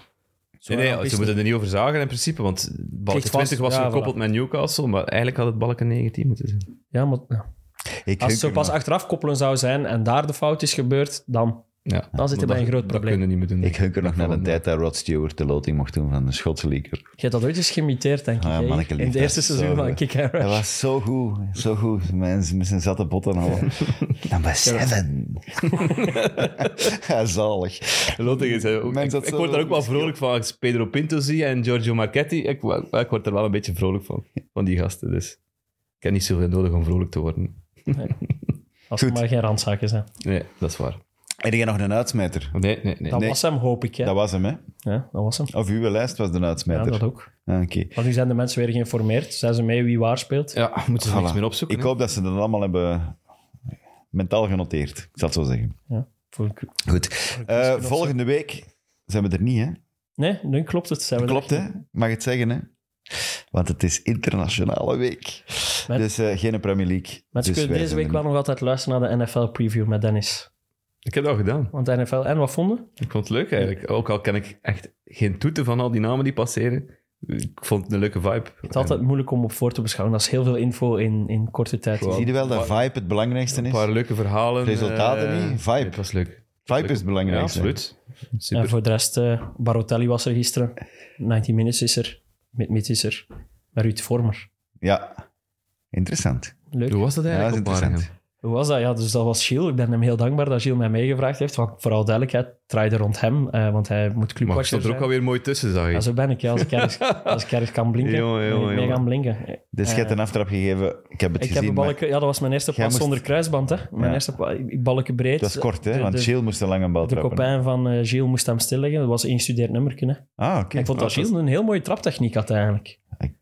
Zo Nee, nee, ramp is ze het moeten er niet over zagen in principe, want balken vast. twintig was Ja, gekoppeld voilà. met Newcastle, maar eigenlijk had het balken negentien moeten zijn. niet. Ja, maar ja. Ik als het zo hunk pas er nog- achteraf koppelen zou zijn en daar de fout is gebeurd, dan... Ja, Dan zit je maar bij een dat- groot Dat probleem. kunnen we niet meer doen. Ik hunker nog naar de Van- tijd dat Rod Stewart de loting mocht doen van de Schotse League Cup. Je hebt dat ooit eens geïmiteerd, denk ik. Ah, hè? manneke in lief, het dat eerste is seizoen zo van goed. Kick and Dat Rush. was zo goed, zo goed. Met met zijn zatte botten al. Number seven. Ja, zalig. Loting is, hè, ook- Mensen ik, dat ik zo word er ook wel misschien- vrolijk van als ik Pedro Pinto zie en Giorgio Marchetti. Ik, ik word er wel een beetje vrolijk van, van die gasten. Dus ik heb niet zoveel nodig om vrolijk te worden. Als het Goed. maar geen randzaken zijn. Nee, dat is waar. Heb jij nog een uitsmijter? Nee, nee, nee. Dat Nee. was hem, hoop ik. Hè. Dat was hem, hè? Ja, dat was hem. Of uw lijst was de Ja, uitsmijter? dat ook. Ah, oké. Want nu zijn de mensen weer geïnformeerd. Zijn ze mee wie waar speelt? Ja, moeten ze Voilà. niks meer opzoeken. Ik hè. hoop dat ze dat allemaal hebben mentaal genoteerd. Ik zal het zo zeggen. Ja, voor ik- Goed. Eh, volgende week zijn we er niet, hè? Nee, nu klopt het. Zijn we Klopt, er- hè? Mag het zeggen, hè? Want het is internationale week. Met- Dus uh, geen Premier League. Mensen dus kunnen wij deze zijn week er wel niet. nog altijd luisteren naar de N F L-preview met Dennis. Ik heb dat al gedaan. Want de N F L... En wat vonden? Ik vond het leuk eigenlijk. Ook al ken ik echt geen toeten van al die namen die passeren. Ik vond het een leuke vibe. Het is altijd moeilijk om op voor te beschouwen. Dat is heel veel info in, in korte tijd. Gewoon- Zie je wel dat vibe het belangrijkste Een is? paar leuke verhalen. Resultaten eh, niet, vibe. nee, het was leuk. Vibe is het Ja, belangrijkste. absoluut. Super. En voor de rest, eh Barotelli was er gisteren. negentig Minutes is er. Mit is er. Met Ruud Vormer. Ja, interessant. Leuk. Hoe was dat Ja, dat is eigenlijk op interessant. Waregem? Hoe was dat? Ja, dus dat was Gilles. Ik ben hem heel dankbaar dat Gilles mij meegevraagd heeft. Want vooral duidelijkheid, het draaide rond hem. eh, want hij moet Maar je clubwatcher stond er ook zijn. alweer mooi tussen, zag je. Ja, zo ben ik. Ja, als, ik ergens, als ik ergens kan blinken, Jongen, ben jongen, ik mee jongen. gaan blinken. Dus je hebt een aftrap gegeven. Ik heb het Ik heb gezien, een maar balken, ja, dat was mijn eerste Jij pas moest- zonder kruisband. Hè. Mijn Ja. eerste pa- balken breed. het was kort, hè? De- Want de- Gilles moest een lange bal De trappen. copain van eh, Gilles moest hem stilleggen. Dat was één studeerd nummerken. Hè. Ah, oké. Ik vond dat Ah, dat Gilles een heel mooie traptechniek had eigenlijk.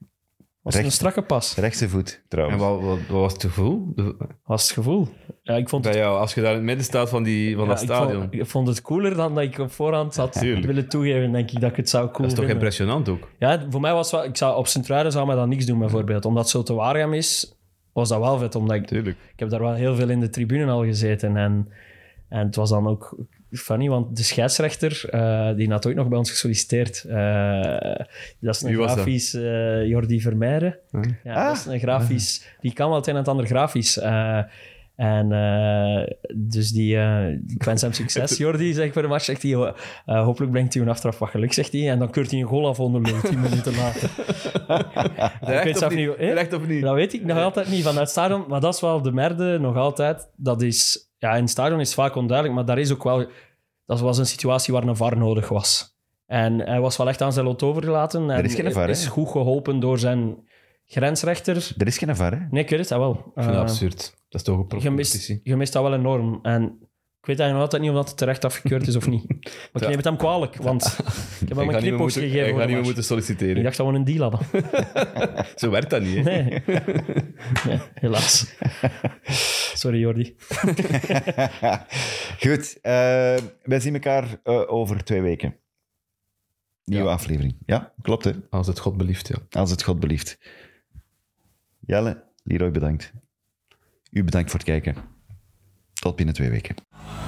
Was Recht- een strakke pas. Rechtse voet, trouwens. En wat, wat, wat was het gevoel? De- Was het gevoel. Ja, ik vond Bij het, jou, als je daar in het midden staat van, die, van ja, dat ik stadion. vond, ik vond het cooler dan dat ik op voorhand had Tuurlijk. willen toegeven. Denk ik dat ik het zou cool Dat is toch vinden. impressionant ook? Ja, voor mij was het wel... Ik zou, op Sint-Truiden zou mij dat niks doen, bijvoorbeeld. Omdat het zo te Waregem is, was dat wel vet. Omdat ik, Tuurlijk. ik heb daar wel heel veel in de tribune al gezeten. En, en het was dan ook funny, want de scheidsrechter, eh, die had ooit nog bij ons gesolliciteerd. Eh, dat is een Wie was dat? grafisch eh, Jordi Vermeijden. Huh? Ja, Ah. dat is een grafisch... Die kan wel het een en het ander grafisch. Eh, en eh, dus die... eh ik wens hem succes, Jordi, zeg ik voor de match. Zegt hij, uh, hopelijk brengt hij een aftrap wat geluk, zegt hij. En dan keurt hij een goal af onder lul, tien minuten later. Ik weet Terecht zelf of niet... niet? eh? Terecht of niet? Dat weet ik nog altijd niet vanuit het stadion. Maar dat is wel de merde, nog altijd. Dat is... Ja, in het stadion is het vaak onduidelijk, maar daar is ook wel... Dat was een situatie waar een V A R nodig was. En hij was wel echt aan zijn lot overgelaten. En Er is geen V A R, hè? is goed geholpen door zijn grensrechter. Er is geen V A R, hè? Nee, ik weet het, dat wel. Ik vind dat Eh, absurd. Dat is toch een je, mist, profcompetitie. je mist dat wel enorm. En ik weet eigenlijk nog altijd niet of dat terecht afgekeurd is of niet. Maar ik Ja. neem het hem kwalijk, want ik heb Hij hem gaat een niet meer knipoog moeten, gegeven hij voor gaat de niet meer match. moeten Ik solliciteren. dacht dat we een deal hadden. Zo werkt dat niet, hè? Nee. nee, helaas. Sorry, Jordi. Goed, eh, wij zien elkaar eh, over twee weken. Nieuwe Ja. aflevering. Ja, klopt, hè? Als het God belieft, ja. Als het God belieft. Jelle, Leroy, bedankt. U bedankt voor het kijken. Tot binnen twee weken.